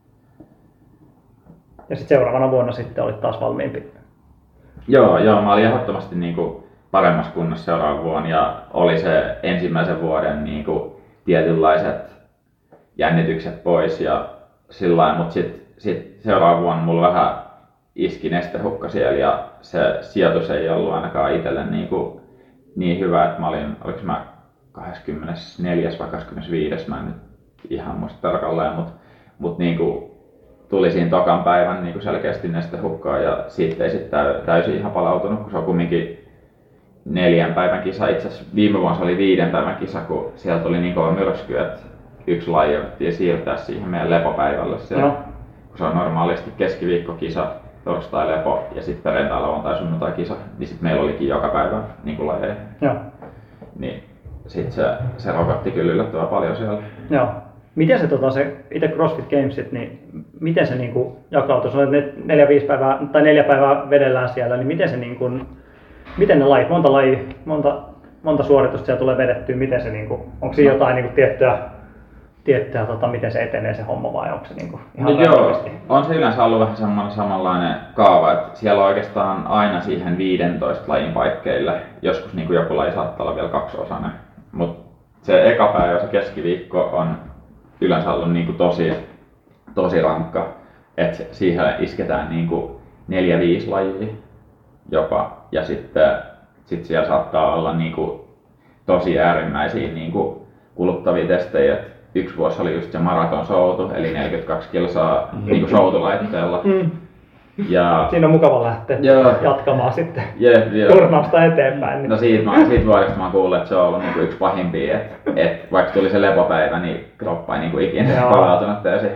Ja sitten seuraavana vuonna sitten olit taas valmiimpi? Joo, joo, mä olin ehdottomasti niinku paremmassa kunnossa seuraavan vuonna ja oli se ensimmäisen vuoden niinku tietynlaiset jännitykset pois ja sillain, mut sit, sit seuraavan vuonna mulla vähän iski nestehukka siellä ja se sijoitus ei ollut ainakaan itselle niinku niin hyvä, että mä olin, oliks mä kaksikymmentäneljä vai kaksikymmentäviisi, mä en nyt ihan muista tarkalleen, mut, mut niinku tuli siinä tokan päivän niinku selkeästi nestehukkaa ja siitä ei sitten täysin ihan palautunut, kun se on kumminkin neljän päivän kisa. Itse asiassa viime vuonna se oli viiden päivän kisa, kun sieltä tuli niin kova myrsky, että yksi laji jouduttiin siirtää siihen meidän lepopäivälle. Siellä, no. Kun se on normaalisti keskiviikkokisa, torstai lepo ja sitten perjantai, lauantai, sunnuntai kisa, niin sitten meillä olikin joka päivä niin lajeja. Joo. Niin sitten se, se rokotti kyllä yllättävän paljon siellä. Joo. Miten se, tota, se itse CrossFit Gamesit, niin miten se niinku jakautui? Sanoit, että neljä, viisi päivää, tai neljä päivää vedellään siellä, niin miten se niinku, miten ne lajit, monta lajia, monta, monta suoritusta siellä tulee vedettyä, miten se niinku, onko siinä jotain niinku tiettyä, tiettyä tota, miten se etenee se homma vai onko se niinku ihan no joo, on se yleensä ollut vähän semmoinen samanlainen kaava, että siellä on oikeastaan aina siihen viidentoista lajin paikkeille, joskus niinku joku laji saattaa olla vielä kaksiosainen, mutta se eka päivä, se keskiviikko on yleensä ollut niinku tosi, tosi rankka, että siihen isketään niinku neljä viisi lajia jopa ja sitten sit siellä saattaa olla niinku tosi äärimmäisiä niinku kuluttavia testejä. Et yksi vuosi oli just se maraton soutu eli neljäkymmentäkaksi kilsaa mm-hmm. niinku soutulaitteella. Mm. Ja siinä on mukava lähteä joo. jatkamaan sitten yep, turnausta eteenpäin. No siitä, mä, siitä vuodesta mä oon kuullut, että se on ollut niinku yksi pahimpia, että et vaikka tuli se lepopäivä, niin kroppa ei niinku ikinä palautunut täysin.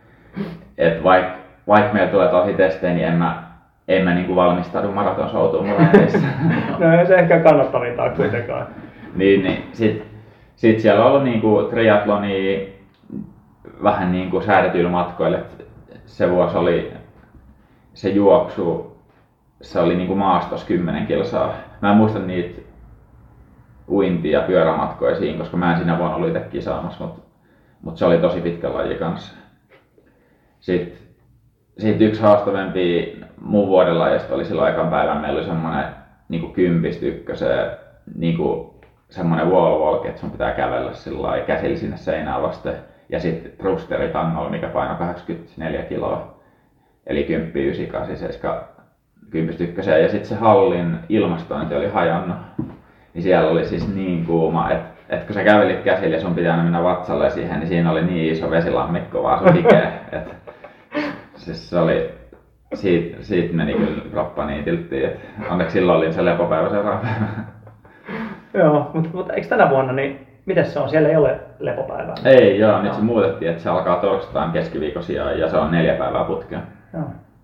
Et vaikka vaik meillä tulee tosi testejä, niin en mä, en mä niinku valmistaudu maraton soutuun molemmissa. No ei se ehkä kannattavinta kuitenkaan. niin, niin sit, sit siellä on ollut niinku triathlonia vähän niinku säädetyillä matkoilla. Se vuosi oli se juoksu, se oli niinku maastos kymmenen kilsaa. Mä en muista niitä uintia ja pyörämatkoja siinä, koska mä en siinä voinut olla itse kisaamassa, mutta mut se oli tosi pitkä laji kanssa. Sitten, sitten yksi haastavempi mun vuoden lajista oli silloin aikaan päivän, meillä oli semmoinen niinku kympistä ykköseen niinku semmoinen wall walk, että sun pitää kävellä sillä käsillä sinne seinään vasten. Ja sitten thrusteri tangolla, mikä painoi kahdeksankymmentäneljä kiloa, eli kymmenen, yhdeksän, kahdeksan, seitsemän, kymmenen ykköseen. Ja sitten se hallin ilmastointi oli hajonnut, niin siellä oli siis niin kuuma, että et kun sä kävelit käsillä ja sun pitää aina mennä vatsalle siihen, niin siinä oli niin iso vesilammikko vaan sun hikeä. Et, siis se oli, siitä, siitä meni kyllä kroppa niin tilttiin, että onneksi silloin oli se lepopäivä seuraava päivä. Joo, mutta, mutta eikö tänä vuonna, niin miten se on? Siellä ei ole lepopäivää? Ei joo, nyt se muutettiin, että se alkaa torstain keskiviikon sijaan ja se on neljä päivää putkea. Joo.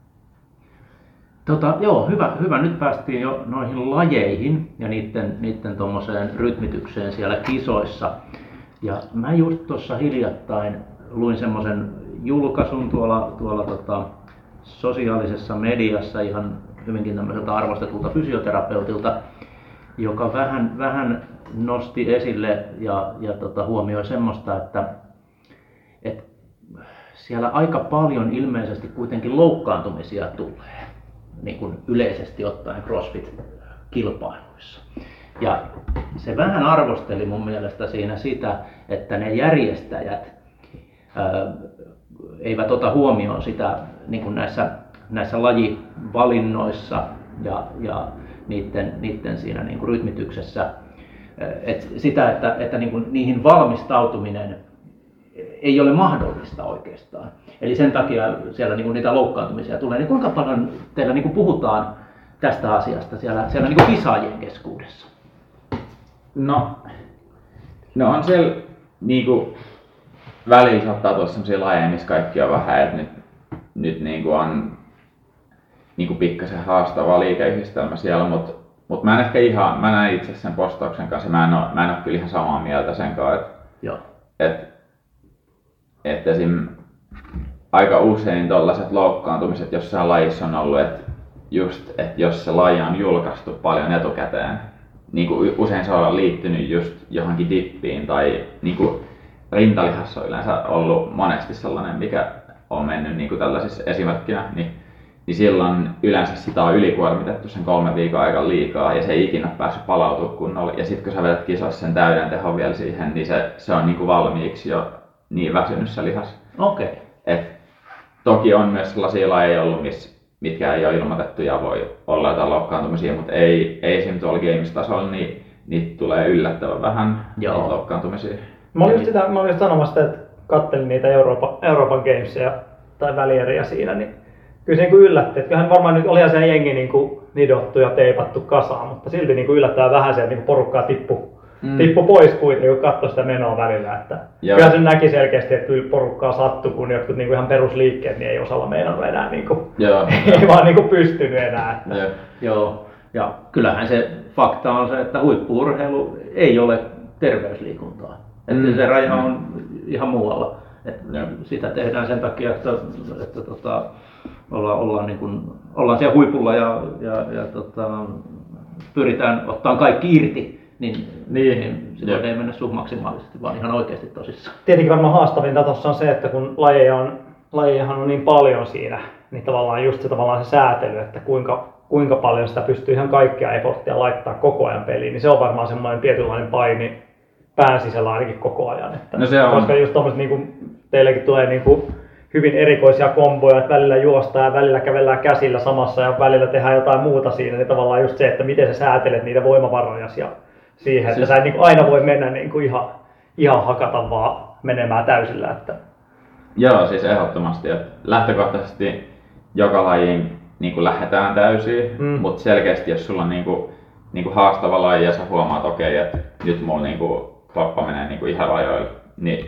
Tota, joo, hyvä, hyvä. Nyt päästiin jo noihin lajeihin ja niiden, niiden tommoseen rytmitykseen siellä kisoissa. Ja mä just tuossa hiljattain luin semmoisen julkaisun tuolla, tuolla tota, sosiaalisessa mediassa ihan hyvinkin tämmöiseltä arvostetulta fysioterapeutilta, joka vähän, vähän nosti esille ja, ja tota, huomioi semmoista, että, että siellä aika paljon ilmeisesti kuitenkin loukkaantumisia tulee, niin kuin yleisesti ottaen CrossFit-kilpailuissa. Ja se vähän arvosteli mun mielestä siinä sitä, että ne järjestäjät ää, eivät ota huomioon sitä niin kuin näissä, näissä lajivalinnoissa ja, ja niiden, niiden siinä niin kuin rytmityksessä. Et sitä, että, että niin kuin niihin valmistautuminen ei ole mahdollista oikeastaan. Eli sen takia siellä niin kuin niitä loukkaantumisia tulee. Niin kuinka paljon teillä niin kuin puhutaan tästä asiasta siellä, siellä niin kuin kisaajien keskuudessa? No, no on siellä niinku välillä saattaa tulla sellaisia lajeja, missä kaikki on vähän, että nyt, nyt niinku on niinku pikkasen haastava liikeyhdistelmä siellä, mutta mut mä en ehkä ihan, mä näin itse sen postauksen kanssa, mä en oo, mä en oo kyllä ihan samaa mieltä sen kanssa, että et, et esim. Aika usein tollaiset loukkaantumiset jossain lajissa on ollut, että just, että jos se laji on julkaistu paljon etukäteen, niin kuin usein se on liittynyt just johonkin dippiin tai niin kuin rintalihassa on yleensä ollut monesti sellainen, mikä on mennyt niin kuin tällaisissa esimerkkinä, niin, niin silloin yleensä sitä on ylikuormitettu sen kolme viikon aikana liikaa ja se ei ikinä päässyt palautumaan kunnolla. Ja sitten kun sä vedät kisassa sen täyden tehon vielä siihen, niin se, se on niin kuin valmiiksi jo niin väsynyt se lihas. Okei. Okay. Toki on myös sellaisia lajeja ollut, missä mitkä ei ole ilmoitettu ja voi olla jotain loukkaantumisia, mutta ei, ei esimerkiksi tuolla games-tasolla, niin niitä tulee yllättävän vähän niitä loukkaantumisia. Mä olin just, sitä, mä olin just sanomassa, että kattelin niitä Euroopan, Euroopan Gamesia tai välieriä siinä, niin kyllä se niin yllätti. Että kyllähän varmaan nyt olihan se jengi niin kuin nidottu ja teipattu kasaan, mutta silti niin kuin yllättää vähän se, että niin porukkaa tippu, mm. tippu pois kuitenkin, kun katsoi sitä menoa välillä. Että kyllä sen näki selkeästi, että kyllä porukkaa sattui, kun jotkut niin kuin ihan perusliikkeet niin ei osalla meinannut enää, niin kuin, ei vaan niin kuin pystynyt enää. Että. Joo. Joo, ja kyllähän se fakta on se, että huippu-urheilu ei ole terveysliikuntaa. Että mm. se raja on ihan muualla. Että sitä tehdään sen takia, että, että tota, ollaan, ollaan, niin kuin, ollaan siellä huipulla ja, ja, ja tota, pyritään ottamaan kaikki irti. Niin, niin, niin silloin ei mennä suh maksimaalisesti, vaan ihan oikeasti tosissaan. Tietenkin varmaan haastavinta tuossa on se, että kun lajeja on, lajejahan on niin paljon siinä, niin tavallaan just se, tavallaan se säätely, että kuinka, kuinka paljon sitä pystyy ihan kaikkea efforttia laittaa koko ajan peliin, niin se on varmaan semmoinen tietynlainen paini pään sisällä ainakin koko ajan. Että, no se on. Koska just tommoset, niin kuin teillekin tulee niin kuin hyvin erikoisia komboja, että välillä juostaan ja välillä kävellään käsillä samassa ja välillä tehdään jotain muuta siinä, niin tavallaan just se, että miten sä säätelet niitä voimavaroja ja siihen, että siis sä et niin kuin aina voi mennä niin kuin ihan, ihan hakata vaan menemään täysillä. Että. Joo, siis ehdottomasti. Että lähtökohtaisesti joka lajiin niin kuin lähdetään täysin, mm. mutta selkeästi jos sulla on niin kuin, niin kuin haastava laji ja sä huomaat, okei, okay, että nyt mulla niin kuin kroppa menee niin kuin ihan rajoilla, niin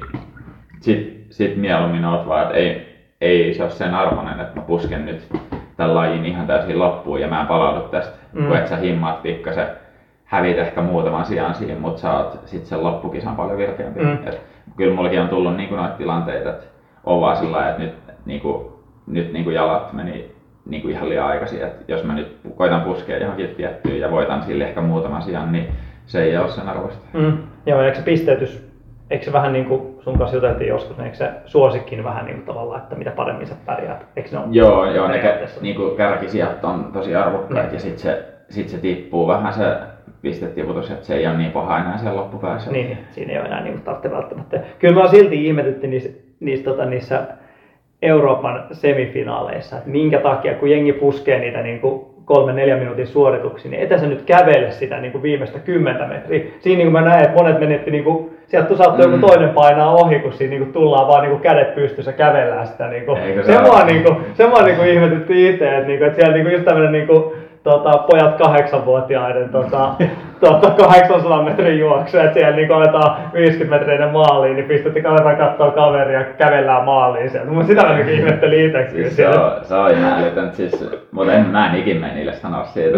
sit, sit mieluummin oot vaan, että ei, ei se ole sen arvoinen, että mä pusken nyt tämän lajin ihan täysin loppuun ja mä en palaudu tästä, mm. kun et sä himmaat pikkasen. Hävit ehkä muutaman sijaan siihen, mutta sä oot sit sen loppukisan paljon virkeämpi. Mm. Et kyllä mullakin on tullut niinku noita tilanteita, että on vaan sillä lailla, että nyt, niinku, nyt niinku jalat meni niinku ihan liian aikaisin. Et jos mä nyt koitan puskea johonkin tiettyyn ja voitan sille ehkä muutaman sijaan, niin se ei ole sen arvoista. Mm. Joo, eikö se pisteytys, eikö se vähän niin kuin sun kanssa juteltiin joskus, niin eikö se suosikin vähän niin kuin tavallaan, että mitä paremmin sä pärjäät? Eikö ne ole Joo, joo ne kä- niin kuin kärkisijat on tosi arvokkaita ja sitten se, sit se tippuu vähän se pistetiputus, että se ei ole niin paha enää siellä loppupäässä. Niin, niin, siinä ei ole enää niin tarvitse välttämättä. Kyllä mä silti ihmetytti niissä, niissä, tota, niissä Euroopan semifinaaleissa, että minkä takia kun jengi puskee niitä niin kuin kolmen neljän minuutin suorituksia, niin etä sä nyt kävele sitä niin kuin viimeistä kymmentä metriä. Siinä niin kuin mä näen, että monet menetti, niin kuin, sieltä saattoi joku toinen painaa ohi, kun siinä niin kuin tullaan vaan niin kuin kädet pystyssä kävellään sitä. Niin kuin. Se mua niin kuin, se mua niin kuin ihmetytti itse, että, niin kuin, että siellä niin kuin just tämmöinen niin kuin, Tota, pojat kahdeksanvuotiaiden tota, tota, kahdeksansadan metrin juoksu, että siellä niin aletaan viisikymmentä metrinen maaliin, niin pistettiin aletaan katsoa kaveria ja kävellään maaliin sieltä. Mutta sitä mä niin ihmettelin itsekin. Siis se, on, se on ihan älytön, siis, mutta en, mä en ikinä niille sanoa siitä.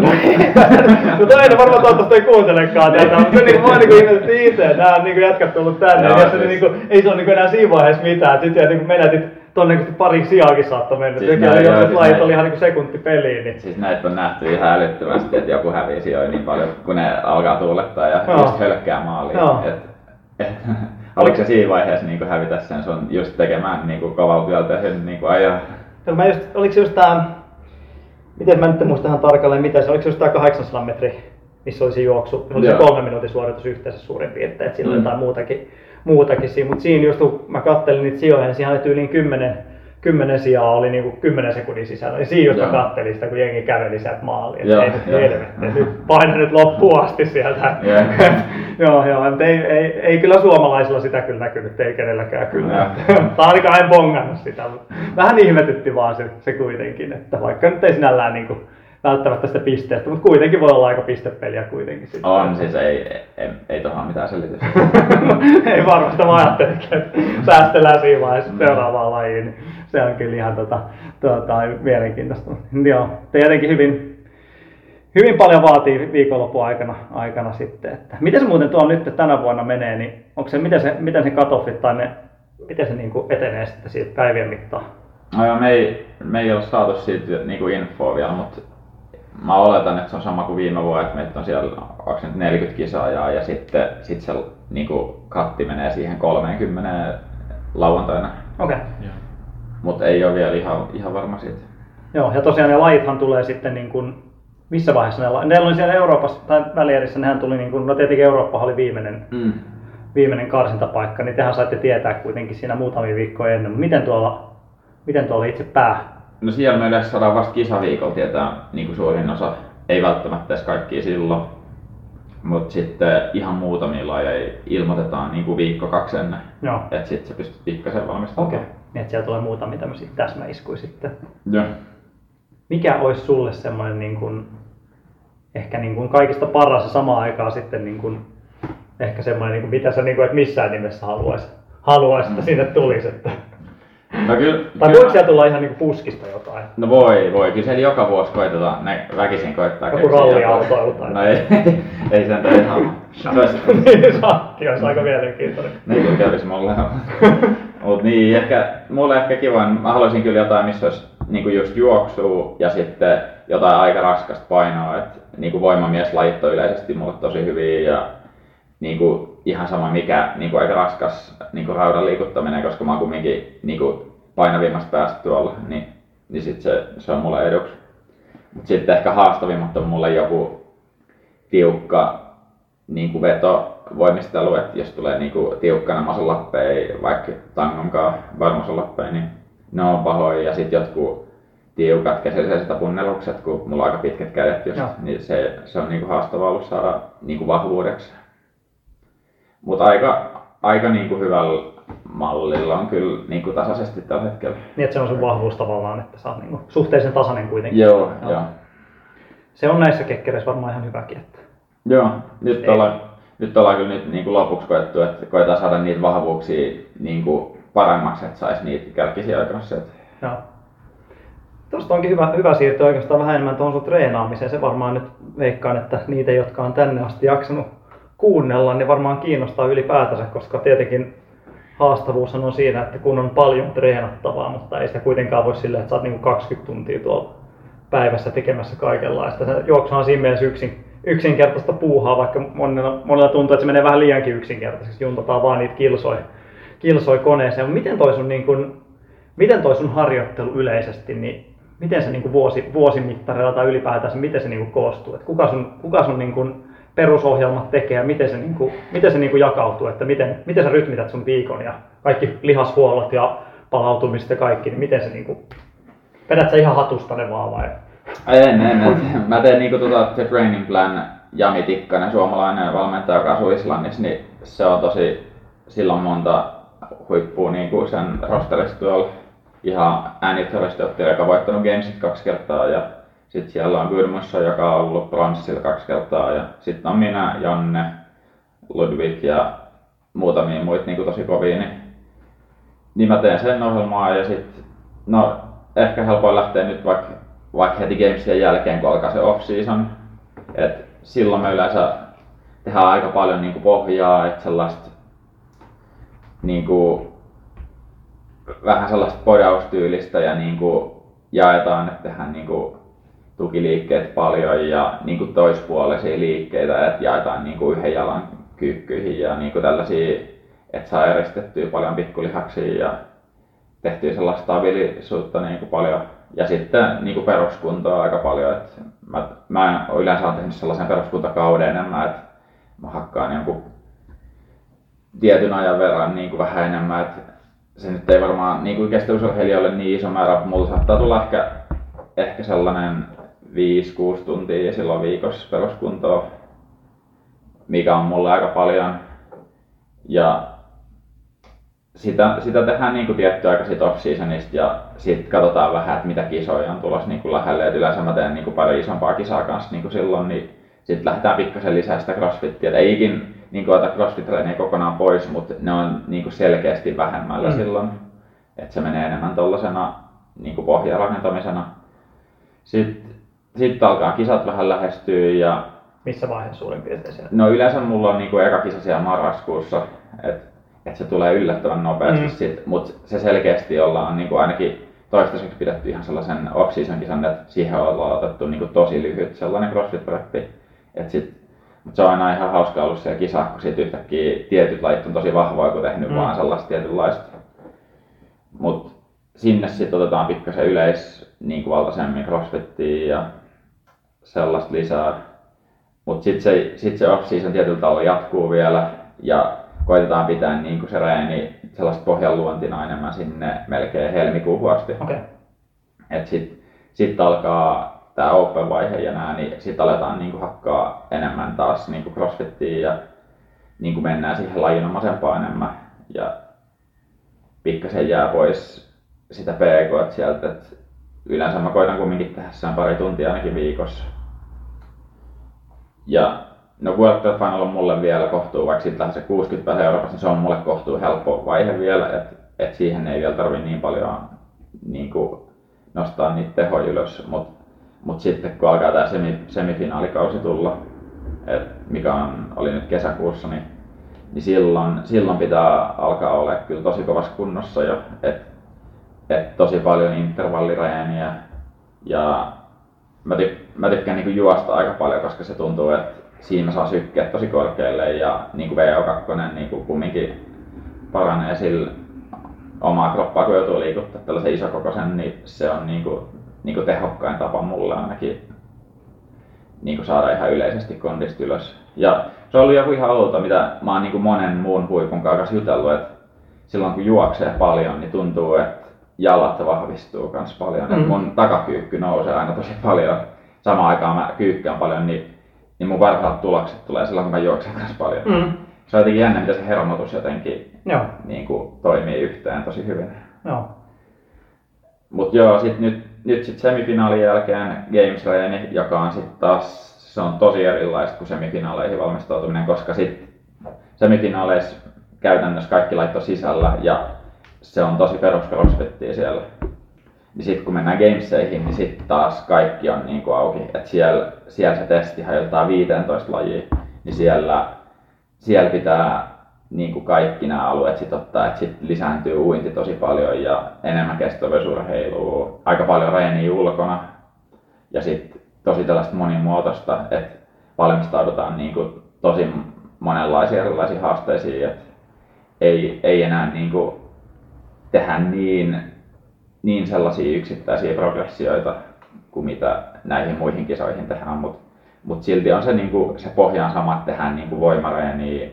No toi ei ne varmaan toivottavasti ei kuuntelekaan tätä, mutta se niin mua niin ihmeteltiin itse, että nämä on niin jätkät tullut tänne, no, ja siis... niin kuin, ei se ole niin enää siinä vaiheessa mitään, sitten niin menetit todennäköisesti pari sijaakin saattoi mennä. Siis näin, joo, siis lajit oli ihan niin sekunti peliin. Niin. Siis näitä on nähty ihan älyttömästi, että joku hävii sijoja niin paljon, kun ne alkaa tuulettaa ja no. just hölkkää maaliin. No. Et, et, oliko se siinä vaiheessa niin hävitä sen sun just tekemään niin kovalla työllä tehnyt niin ajaa? No, mä just, oliko se just tää, miten mä nyt muistan ihan tarkalleen mitä se, oliko se just tää kahdeksansadan metri, missä oli se juoksu, se oli se kolmen minuutin suoritus yhteensä suurin piirtein, että siinä mm. oli jotain muutakin. muutakin siinä, mutta siinä just kun mä kattelin niitä sijoja, niin siinä oli tyyliin kymmenen, kymmenen sijaa oli niinku kymmenen sekunnin sisällä. Ja siinä just joo. mä kattelin sitä, kun jengi käveli sieltä maaliin. Joo, ei nyt helvetti, nyt paina nyt loppuun asti sieltä. Yeah. joo, joo, mutta ei, ei, ei kyllä suomalaisilla sitä kyllä näkynyt, ei kenelläkään kyllä. Tai ainakaan en bongannut sitä, mutta vähän ihmetytti vaan se, se kuitenkin, että vaikka nyt ei sinällään niinku välttämättä sitä pisteestä, mutta kuitenkin voi olla aika pistepeliä kuitenkin. Sitten. On, siis ei, ei, ei tuohon mitään selitystä. Ei varmasti, mä ajattelinkin, että säästellään siinä vaiheessa seuraavaan lajiin, niin se on kyllä ihan tota, tota, mielenkiintoista. Joo, tietenkin hyvin, hyvin paljon vaatii viikonlopun aikana, aikana sitten. Että miten se muuten tuo nyt tänä vuonna menee, niin onko se, miten se, miten se cut-offit tai ne, miten se niin kuin etenee sitten siitä päivien mittaan? No joo, me ei, me ei ole saatu siitä niin kuin infoa vielä, mutta mä oletan, että se on sama kuin viime vuonna, että meitä on siellä onko nyt neljäkymmentä kisaajaa ja sitten sit se niinku katti menee siihen kolmekymmentä lauantaina. Okei. Okay. Mutta ei ole vielä ihan, ihan varma siitä. Joo, ja tosiaan ne lajithan tulee sitten niin kuin, missä vaiheessa ne lajit? Ne oli siellä Euroopassa tai välierissä, nehän tuli niin kuin, no tietenkin Eurooppa oli viimeinen, mm. viimeinen karsintapaikka, niin tehän saitte tietää kuitenkin siinä muutamia viikkoja ennen, mutta miten tuolla, miten tuolla itse pää? No siellä me yleensä saadaan vasta kisaviikolla tietää niin kuin suurin osa, ei välttämättä edes kaikkia silloin, mutta sitten ihan muutamia lajeja ilmoitetaan niin kuin viikko kaksi ennen, että sitten sä pystyt pikkasen valmistamaan. Okei, okay. Niin että siellä tulee muutamia tämmöisiä täsmäiskuja sitten. Joo. Mikä olisi sulle semmoinen niin kuin, ehkä niin kuin kaikista paras ja samaan aikaan sitten niin kuin, ehkä semmoinen, niin kuin, mitä sä niin kuin, että missään nimessä haluaisit, haluaisit että mm. sinne tulisi? Että... No kyllä, tai voiko siellä tulla ihan niinku puskista jotain? No voi, voi. Kyllä siellä joka vuosi koitetaan, ne väkisin koittaa. Joku ralliautoilu tai... No ei, ei sen toi ihan... Niin, sakki olisi aika mielenkiintoinen. Niin kuin kävisi mulle. Mut niin, ehkä, mulle ehkä kiva, mä haluaisin kyllä jotain, missä olisi niinku just juoksua ja sitten jotain aika raskasta painoa. Et, niinku voimamieslajit on yleisesti mulle tosi hyviä ja niinku ihan sama mikä niinku aika raskas niinku raudan liikuttaminen, koska mä oon kumminkin niinku painavimmasta päästä tuolla, niin, niin sit se, se on mulle eduksi. Mut sitten ehkä haastavimmat on mulle joku tiukka niinku veto voimistelu, että jos tulee niinku tiukkana masolappeja, vaikka tangonkaan varmasolappeja, niin ne on pahoja. Ja sit jotkut tiukat käsilliset apunnellukset, kun mulla on aika pitkät kädet just, niin se, se on niinku haastavaa ollut saada niinku vahvuudeksi. Mutta aika, aika niinku hyvällä mallilla on kyllä niinku tasaisesti tällä hetkellä. Niin että se on sun vahvuus tavallaan, että sä oot niinku suhteellisen tasainen kuitenkin. Joo, joo. joo. Se on näissä kekkereissä varmaan ihan hyväkin. Että... Joo, nyt ollaan, nyt ollaan kyllä nyt niinku lopuksi koettu, että koetaan saada niitä vahvuuksia niinku paremmaksi, että saisi niitä kärkisiä kanssa. Joo. Tuosta onkin hyvä, hyvä siirtyä oikeastaan vähän enemmän tuohon sun treenaamiseen. Se varmaan nyt veikkaan, että niitä, jotka on tänne asti jaksanut kuunnella, niin varmaan kiinnostaa ylipäätänsä, koska tietenkin haastavuus on siinä, että kun on paljon treenattavaa, mutta ei sitä kuitenkaan voi silleen, että sä oot niinku kaksikymmentä tuntia tuolla päivässä tekemässä kaikenlaista. Se juoksuhan siinä mielessä yksin, yksinkertaista puuhaa, vaikka monella, monella tuntuu, että se menee vähän liiankin yksinkertaiseksi. Juntataan vaan niitä kilsoja, kilsoja koneeseen. Miten toi sun, niin kun, miten toi sun harjoittelu yleisesti, niin miten se niin kun vuosi, vuosimittarilla tai ylipäätään, miten se niin kun koostuu? Et kuka sun, kuka sun niin kun perusohjelmat tekee ja miten se, niin kun, miten se niin kun jakautuu? Että miten, miten sä rytmität sun viikon ja kaikki lihashuollot ja palautumiset ja kaikki, niin miten se niin kun, vedät sä ihan hatusta ne vaan vai? En, en, en. Mä teen niinku tota The Training Plan, Jami Tikkanen, suomalainen valmentaja, joka asuu Islannissa, niin se on tosi, silloin monta huippua niinku sen rosterista tuolla. Ihan äänittörästi otti, joka on voittanut Gamesit kaksi kertaa ja sit siellä on Gudmundsson, joka on ollut bronssilla kaksi kertaa ja sitten on minä, Janne, Ludwig ja muutamia muita niinku tosi kovia, niin, niin mä teen sen ohjelmaa ja sit, no ehkä helpoin lähteä nyt vaikka vaikka heti Gamesien jälkeen, kun alkaa se off-season. Et silloin me yleensä tehdään aika paljon niinku pohjaa, et sellaista niinku, vähän sellaista podaustyylistä ja niinku jaetaan, että tehdään niinku tukiliikkeet paljon ja niinku toispuolisia liikkeitä, että jaetaan niinku yhden jalan kyykkyihin ja niinku tällaisia, että saa eristettyä paljon pikkulihaksia ja tehtyä sellaista stabilisuutta niinku paljon. Ja sitten niin peruskuntoa aika paljon. Et mä, mä yleensä olen tehnyt sellaisen peruskuntakauden enemmän, että mä hakkaan jonkun tietyn ajan verran niin vähän enemmän. Et se nyt ei varmaan niin kestävyysurheilijoille niin iso määrä. Mulla saattaa tulla ehkä, ehkä sellainen viisi kuusi tuntia silloin viikossa peruskuntoa, mikä on mulle aika paljon. Ja Sitä, sitä tehdään niin tietty aika sit off-seasonista ja sitten katsotaan vähän, että mitä kisoja on tulossa niin lähelle. Et yleensä mä teen niin paljon isompaa kisaa kanssa niin silloin, niin sitten lähdetään pikkasen lisää sitä crossfittiä. Et ei ikin niin ota crossfit-treeniä kokonaan pois, mutta ne on niin selkeästi vähemmällä mm. silloin. Että se menee enemmän tollasena niin pohjarakentamisena. Sitten sit alkaa kisat vähän lähestyä. Ja missä vaiheessa suurin piirtein siellä? No yleensä mulla on niin eka kisa siellä marraskuussa. Et että se tulee yllättävän nopeasti, mm. sit, mutta se selkeästi ollaan niin kuin ainakin toistaiseksi pidetty ihan sellaisen off-season kisan, että siihen ollaan otettu niin kuin tosi lyhyt sellainen crossfit-preppi. Mutta se on aina ihan hauska ollut siellä kisa, kun siitä yhtäkkiä tietyt lajit on tosi vahvoja, kun tehnyt mm. vaan sellaista tietynlaista. Mutta sinne sitten otetaan pikkasen yleis niin kuin valtaisemmin crossfittia ja sellaista lisää. Mutta sitten se, sit se off-season tietyllä tavalla jatkuu vielä. Ja koitetaan pitää niin kuin se reeni sellaista pohjanluontina enemmän sinne melkein helmikuuhun asti. Okay. Et sit, sit alkaa tää open-vaihe ja nää, niin sit aletaan niin kuin hakkaa enemmän taas niin kuin crossfittiin ja niin kuin mennään siihen lajinomaisempaan enemmän. Ja pikkasen jää pois sitä P K sieltä, et yleensä mä koitan kumminkin tehdä sen pari tuntia ainakin viikossa. Ja no World Cup Final on mulle vielä kohtuu, vaikka siitä lähes se kuusikymmentä päivää Euroopassa, niin se on mulle kohtuu helppo vaihe vielä, että et siihen ei vielä tarvii niin paljon niin kuin nostaa niitä tehoja ylös, mutta mut sitten kun alkaa tää semi, semifinaalikausi tulla, et mikä on, oli nyt kesäkuussa, niin, niin silloin, silloin pitää alkaa olla kyllä tosi kovassa kunnossa jo, että et tosi paljon intervallireeniä ja mä, tyk, mä tykkään niin kuin juosta aika paljon, koska se tuntuu, että siinä mä saan sykkeä tosi korkealle ja niin kuin V O kaksi niin kuin kumminkin paranee sillä omaa kroppaa, kun joutuu liikuttaa tällaisen isokokoisen, niin se on niin kuin, niin kuin tehokkain tapa mulle ainakin niin kuin saada ihan yleisesti kondista ylös. Ja se on ollut joku ihan outo, mitä mä oon niin kuin monen muun huipun kanssa jutellut, että silloin kun juoksee paljon, niin tuntuu, että jalat vahvistuu kans paljon. Mm. Mun takakyykky nousee aina tosi paljon. Samaan aikaan mä kyykkään paljon, niin niin mun parhaat tulokset tulee silloin, kun mä juoksen kanssa paljon. Mm. Se on jotenkin jännä, miten se hermotus jotenkin niin kuin, toimii yhteen tosi hyvin. Joo. Mut joo, sit nyt, nyt sit semifinaalin jälkeen Games-reeni, joka on sit taas, se on tosi erilaista kuin semifinaaleihin valmistautuminen, koska sit semifinaaleissa käytännössä kaikki laittoi sisällä ja se on tosi perus crossfittiä siellä. Niin sit kun mennään Gameseihin, niin sit taas kaikki on niinku auki. Et siellä, siellä se testi hajotetaan viisitoista lajia, niin siellä, siellä pitää niinku kaikki nämä alueet sit ottaa, että sit lisääntyy uinti tosi paljon ja enemmän kestävyysurheilua, aika paljon reeniä ulkona ja sit tosi tällaista monimuotoista. Et valmistaudutaan niin kuin tosi monenlaisiin erilaisiin haasteisiin, että ei, ei enää niin kuin tehdä niin, niin sellaisia yksittäisiä progressioita kuin mitä näihin muihin kisoihin tehdään, mutta mut silti on se, niin kuin, se pohja on sama, että tehdään niin kuin voimareeniä.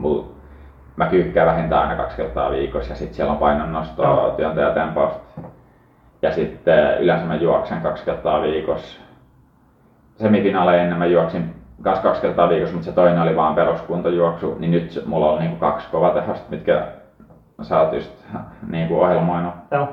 Mä kyykkään vähintään aina kaksi kertaa viikossa ja sitten siellä on painonnostoa, no. työntä ja tempausta. Ja sitten yleensä mä juoksen kaksi kertaa viikossa. Semifinaaleja ennen mä juoksin kans kaksi kertaa viikossa, mutta se toinen oli vaan peruskuntojuoksu. Niin nyt mulla on niinku kaksi kovatehosta, mitkä sä oot just niinku ohjelmoinut. No.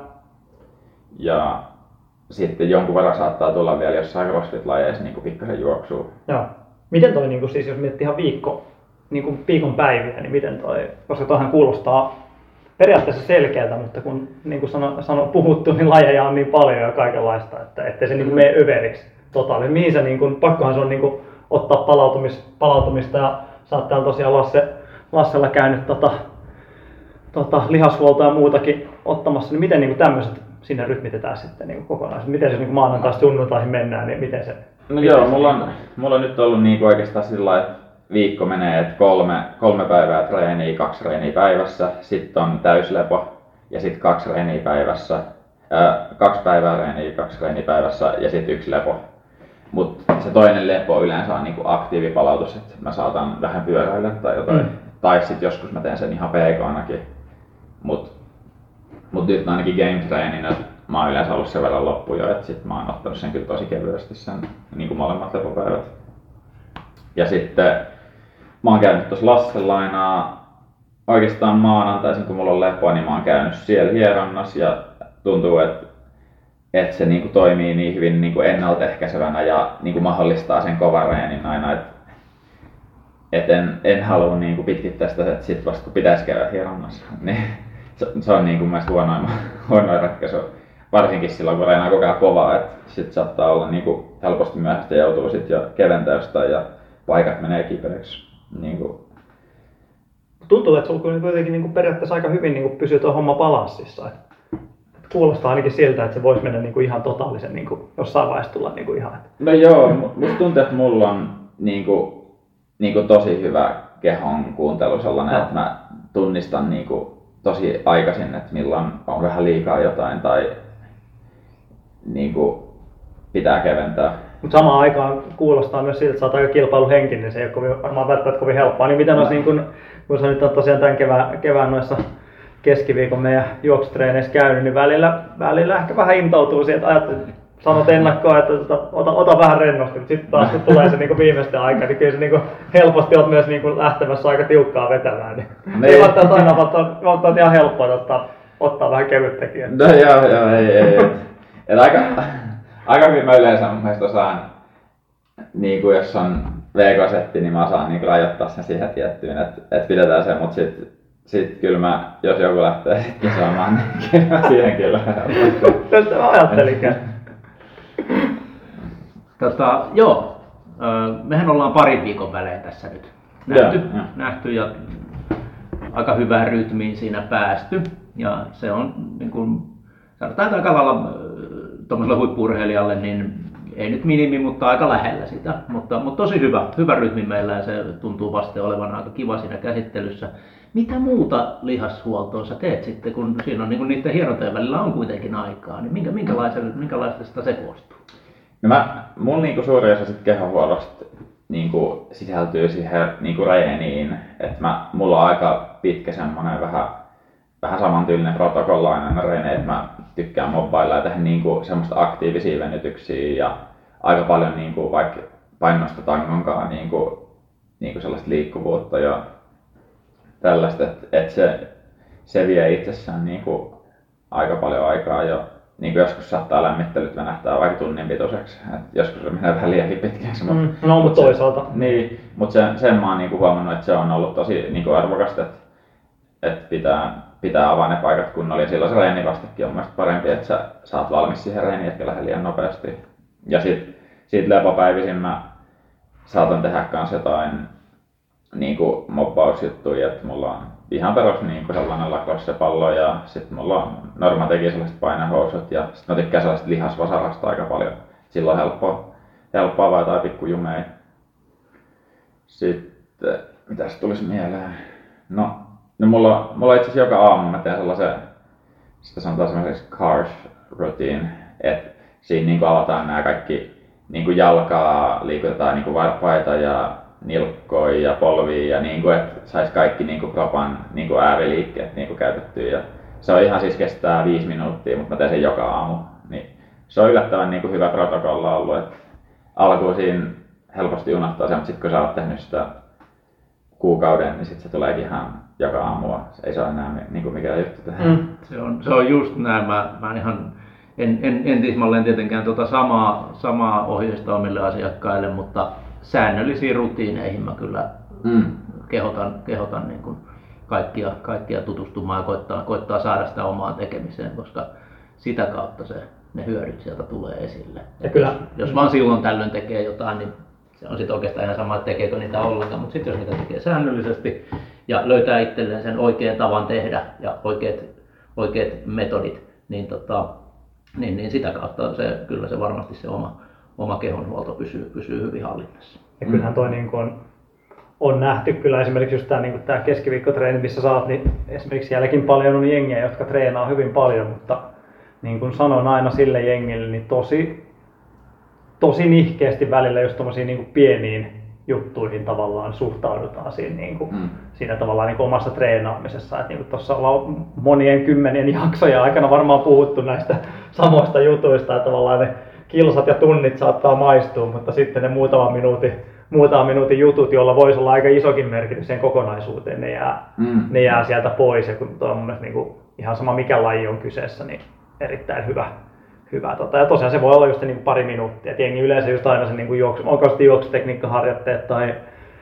Ja sitten jonkun verran saattaa tulla vielä jossain CrossFit-lajeissa niinku pikkasen juoksua. Joo. Miten toi, niinku, siis jos miettii ihan viikko, niinku viikon päiviä, niin miten toi, koska toihan kuulostaa periaatteessa selkeältä, mutta kun niin kuin sano, sano, puhuttu, niin lajeja on niin paljon ja kaikenlaista, että ettei se niin kuin mene överiksi totaalisesti. Mihin se, niin kuin, pakkohan se on niin kuin, ottaa palautumis, palautumista ja sä oot täällä tosiaan Lasse, Lassella käynyt tota, tota, lihashuoltoa ja muutakin ottamassa, niin miten niin kuin tämmöiset sinne rytmitetään sitten niin kokonaisesti? Miten se niin kuin maanantaista sunnuntaihin mennään, niin miten se? No miten joo, se, mulla, on, mulla on nyt ollut niin kuin oikeastaan sillä lailla, että viikko menee, että kolme, kolme päivää treeniä, kaksi treeniä päivässä, sitten on täyslepo ja sitten kaksi treeniä päivässä, ää, kaksi päivää treeniä, kaksi treeniä päivässä ja sitten yksi lepo. Mutta se toinen lepo yleensä on niinku aktiivipalautus, että mä saatan vähän pyöräillä tai jotain. Mm. Tai sitten joskus mä teen sen ihan P K-nakin. Mut, mut nyt ainakin game traininä mä oon yleensä ollut sen verran loppu jo, että sit mä oon ottanut sen kyllä tosi kevyesti sen niinku molemmat lepopäivät. Ja sitten mä oon käynyt tuossa Lassella aina oikeastaan maanantaisin, kun mulla on lepoa, niin mä oon käynyt siellä hieronnassa ja tuntuu, että et se niinku toimii niin hyvin niinku ennaltaehkäisevänä ja niinku mahdollistaa sen kovan reenin aina. Että et en, en halua niinku pitkittää sitä, että sit vasta kun pitäisi käydä hieronnassa, niin se, se on niinku mun mielestä huonoin, huonoin ratkaisu. Varsinkin silloin, kun reenaa koko ajan kovaa, että sit saattaa olla niinku helposti myöhäistä ja joutuu sit jo keventää jostain ja paikat menee kipeäksi. Niinku. Tuntuu, että sulla kuitenkin niinku periaatteessa aika hyvin niinku pysyy tuo homma balanssissa. Et, et kuulostaa ainakin siltä, että se voisi mennä niinku ihan totaalisen niinku jossain vaiheessa tulla niinku ihan. No joo, musta tuntuu, että mulla on niinku, niinku tosi hyvä kehon kuuntelu sellainen, no. että mä tunnistan niinku tosi aikaisin, että milloin on vähän liikaa jotain tai niinku pitää keventää. Mutta samaan aikaan kuulostaa myös siltä, että sä oot aika kilpailuhenkinen, niin se ei ole kovin, varmaan välttämättä kovin helppoa. Niin miten olisi, niin kun, kun sä nyt oot tosiaan tämän kevään, kevään noissa keskiviikon meidän juoksutreeneissä käynyt, niin välillä, välillä ehkä vähän intoutuu siihen, että ajattelet, sanot ennakkoon, että ota, ota, ota vähän rennosti, mutta sitten taas kun tulee se niin viimeisten aika, niin kyllä se niin helposti oot myös niin lähtemässä aika tiukkaa vetämään. Niin ei välttämättä aina välttämättä ihan helppoa ottaa, ottaa vähän kevyttäkin. No joo, joo, ei, ei. Et, et aika, aika hyvin mä yleensä mun mielestä osaan, niin kuin jos on V K-setti, niin mä osaan niin rajoittaa sen siihen tiettyyn, että et pidetään se, mutta sitten sit kyllä mä, jos joku lähtee sit kisaamaan, niin kyllä siihen kyllä helposti. Tästä mä ajattelinkin. Tota, joo, mehän ollaan parin viikon välein tässä nyt nähty, ja, ja. nähty ja aika hyvään rytmiin siinä päästy. Ja se on niin kuin, sanotaan aika lailla tuollaiselle huippu-urheilijalle, niin ei nyt minimi, mutta aika lähellä sitä. Mutta, mutta tosi hyvä, hyvä rytmi meillä ja se tuntuu vasten olevan aika kiva siinä käsittelyssä. Mitä muuta lihashuoltoa sä teet sitten, kun siinä on niin kuin niiden hierontojen välillä on kuitenkin aikaa, niin minkä, minkälaista se koostuu? No mä, mun niinku suuri osa sit kehonhuollosta niinku sisältyy siihen niinku reeniin, että mä, mulla on aika pitkä semmonen vähän, vähän samantyylinen protokollainen reeni, että mä tykkään mobbailla ja tehdä niinku semmoista aktiivisia venytyksiä ja aika paljon niinku vaikka painosta tangonkaan niinku, niinku sellaista liikkuvuutta ja tällaista, että et se, se vie itsessään niinku aika paljon aikaa jo. Niin kuin joskus saattaa lämmittelyt venähtää vaikka tunnin pituiseksi, et joskus se menee vähän liiankin pitkäksi. Mm, mut, no mutta toisaalta. Se, niin, mutta sen, sen mä oon niinku huomannut, että se on ollut tosi niinku arvokasta, että et pitää, pitää avaa ne paikat kunnolla ja silloin se reenivastekin on mielestäni parempi, että sä saat valmis siihen reeniin, etkä lähde liian nopeasti. Ja sit, sit lepopäivisin mä saatan tehdä kans jotain niinku mobbausjuttuja, että mulla on ihan perus niinku sellainen lacrosse-pallo ja sit mulla on Norma teki sellaiset painehousut ja sit mä tykkään sellaista lihasvasarasta aika paljon. Silloin helppoa, helppoa vai jotain pikkujumea. Sitten, mitäs tulisi mieleen? No, no mulla, mulla itse asiassa joka aamu mä teen sellaisen, sitä sanotaan semmoiseksi carve routine, että siinä niin kuin avataan nämä kaikki niin kuin jalkaa, liikutetaan niin kuin varpaita ja nilkkoja ja polvia ja niin kuin, että saisi kaikki niin kuin kropan niin kuin ääriliikkeet niin kuin käytettyä. Ja se on ihan siis kestää viisi minuuttia, mutta mä teen sen joka aamu. Niin se on yllättävän niin kuin hyvä protokolla ollut, että alkuun siinä helposti unohtaa sen, mutta sitten kun sä oot tehnyt sitä kuukauden, niin sitten se tulee ihan joka aamua. Ei se ole enää niin kuin mikään juttu tehdä. Mm. Se, on, se on just näin. Mä, mä en ihan en, en, en tismalleen tietenkään tuota samaa, samaa ohjeistoa omille asiakkaille, mutta säännöllisiin rutiineihin mä kyllä mm. kehotan, kehotan niin kuin kaikkia, kaikkia tutustumaan ja koittaa, koittaa saada sitä omaan tekemiseen, koska sitä kautta se, ne hyödyt sieltä tulee esille. Ja kyllä. Jos, jos vaan silloin tällöin tekee jotain, niin se on sitten oikeastaan ihan sama, että tekeekö niitä ollenkaan, mutta sitten jos niitä tekee säännöllisesti ja löytää itselleen sen oikean tavan tehdä ja oikeat, oikeat metodit, niin, tota, niin, niin sitä kautta se, kyllä se varmasti se oma, oma kehonhuolto pysyy, pysyy hyvin hallinnassa. Ja kyllähän toi niin on, on nähty kyllä esimerkiksi just tämä niin keskiviikkotreeni, missä saat, niin esimerkiksi sielläkin paljon on jengiä, jotka treenaa hyvin paljon, mutta niin kuin sanon aina sille jengille, niin tosi, tosi nihkeästi välillä just tommosiin niin kuin pieniin juttuihin tavallaan suhtaudutaan siinä, niin kuin, mm. siinä tavallaan niin kuin omassa treenaamisessa. Että niin tuossa ollaan monien kymmenien jaksoja aikana varmaan puhuttu näistä samoista jutuista, että tavallaan ne kilsat ja tunnit saattaa maistua, mutta sitten ne muutaman minuutin, muutaman minuutin jutut, joilla voisi olla aika isokin merkitys sen kokonaisuuteen, ne jää, mm. ne jää sieltä pois. Ja kun tuo on mun mielestä niin kuin, ihan sama mikä laji on kyseessä, niin erittäin hyvä. Hyvä, tota. Ja tosiaan se voi olla just se niin kuin pari minuuttia. Et jengi yleensä just aina se niin kuin juoksu, onko sitten juoksutekniikkaharjoitteet tai,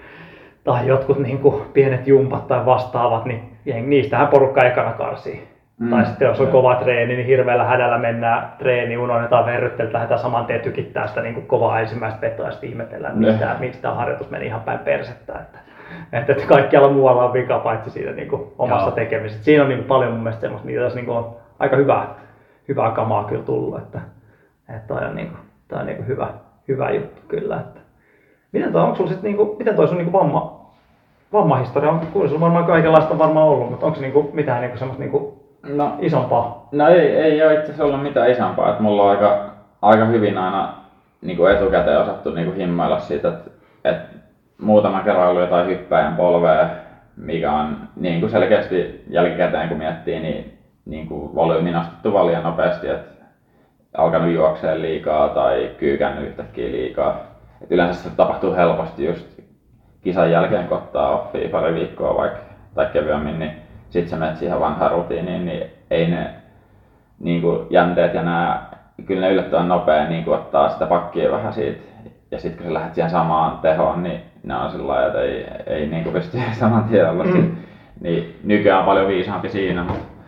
tai jotkut niin kuin pienet jumpat tai vastaavat, niin jengi, niistähän porukka ekana karsii. Mm. Tai sitten jos on kova treeni, niin hirveällä hädällä mennään treeniin, unohdetaan verryttelyt, lähdetään saman tien tykittää sitä niin kuin kovaa ensimmäistä vetoa ja sitten ihmetellään, mistä, miksi tämä harjoitus meni ihan päin persettä. Että, että, että kaikkialla muualla on vika paitsi siinä niin kuin omassa Joo. tekemisessä. Siinä on niin kuin paljon mun mielestä semmoista, mitä tässä niin kuin on aika hyvää. Hyvää kamaa kyllä tullut, että, että toi on, niinku, toi on niinku hyvä, hyvä juttu kyllä. Että. Miten toi, onko sulla sit niinku, miten toi sun niinku vamma, vammahistoria on? Kuule, sulla varmaan kaikenlaista varmaan ollut, mutta onko se niinku mitään niinku semmoista niinku no, isompaa? No ei, ei ole itse asiassa ollut mitään isompaa, että mulla on aika, aika hyvin aina niinku etukäteen osattu niinku himmailla siitä, että, että muutama kerran ollut jotain hyppäjän polvea, mikä on niinku selkeästi jälkikäteen kun miettii, niin niin kuin volyymin astettu liian nopeasti, että alkanut juokseen liikaa tai kyykännyt yhtäkkiä liikaa. Et yleensä se tapahtuu helposti just kisan jälkeen, kun ottaa offia pari viikkoa vaikka tai kevyemmin, niin sit sä menet siihen vanhaan rutiiniin, niin ei ne niin kuin jänteet ja nää, kyllä ne yllättävän nopea niin kuin ottaa sitä pakkia vähän siitä. Ja sit kun sä lähdet siihen samaan tehoon, niin ne on sillä lailla, että ei, ei niin kuin pysty saman tien olla mm. Niin nykyään on paljon viisaampi siinä.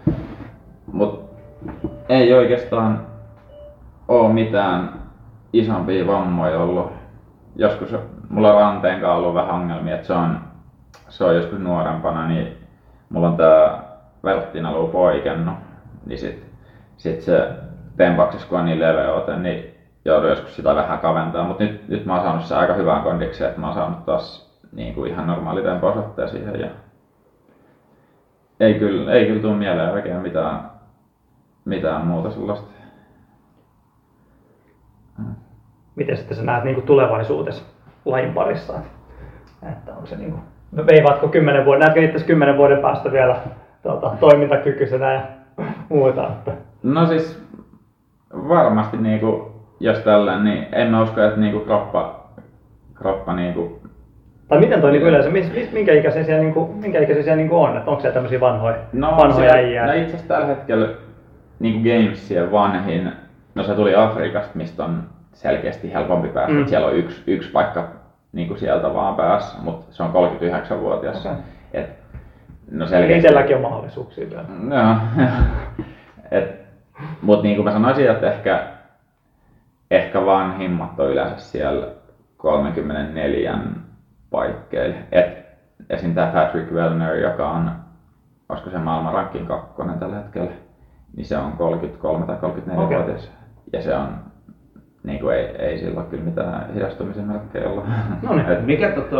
Mutta ei oikeastaan ole mitään isompia vammoja ollut. Joskus mulla on ranteen kanssa ollut vähän ongelmia, että se on, se on joskus nuorempana, niin mulla on tää verttinaluu poikennut. Niin sit, sit se tempaksessa kun on niin leveä ote, niin joudun joskus sitä vähän kaventaa. Mutta nyt, nyt mä oon saanut se aika hyvään kondikseen, että mä oon saanut taas niin kuin ihan normaali tempo-osoitteen siihen. Ja ei kyllä, ei kyllä tule mieleen oikein mitään. Mitään muuta sellaista. Miten sitten sä näet niin kuin tulevaisuudessa lajin parissa? Että onko se niin kuin, veivaatko kymmenen vuoden, näetkö itse kymmenen vuoden päästä vielä tuota, toimintakykyisenä ja muuta? Että... No siis varmasti niin kuin, jos tällainen, niin en mä usko, että niin kuin kroppa, kroppa niin kuin... Tai miten toi niin yleensä, minkä ikäisiä siellä, niin kuin, minkä ikäisiä siellä niin kuin on? Että onko siellä tämmöisiä vanhoja, no, vanhoja äijää? No itse asiassa tällä hetkellä niin kuin Gamesien vanhin, no se tuli Afrikasta, mistä on selkeästi helpompi päästä. Mm. Siellä on yksi, yksi paikka niin kuin sieltä vaan päässä, mutta se on kolmekymmentäyhdeksänvuotias. Okay. Et, no selkeästi... Itselläkin on mahdollisuuksia vielä. Joo. Mutta niin kuin mä sanoisin, että ehkä, ehkä vanhimmat on yleensä siellä kolmekymmentäneljä paikkeilla. Et esim. Tää Patrick Wellner, joka on, olisiko se maailman rankin kakkonen tällä hetkellä, niin se on kolmekymmentäkolme tai kolmekymmentäneljä-vuotias. Okay. Ja se on, niin kuin ei, ei sillä ole kyllä mitään hidastumisen merkkejä ollut. No niin, mikä tota,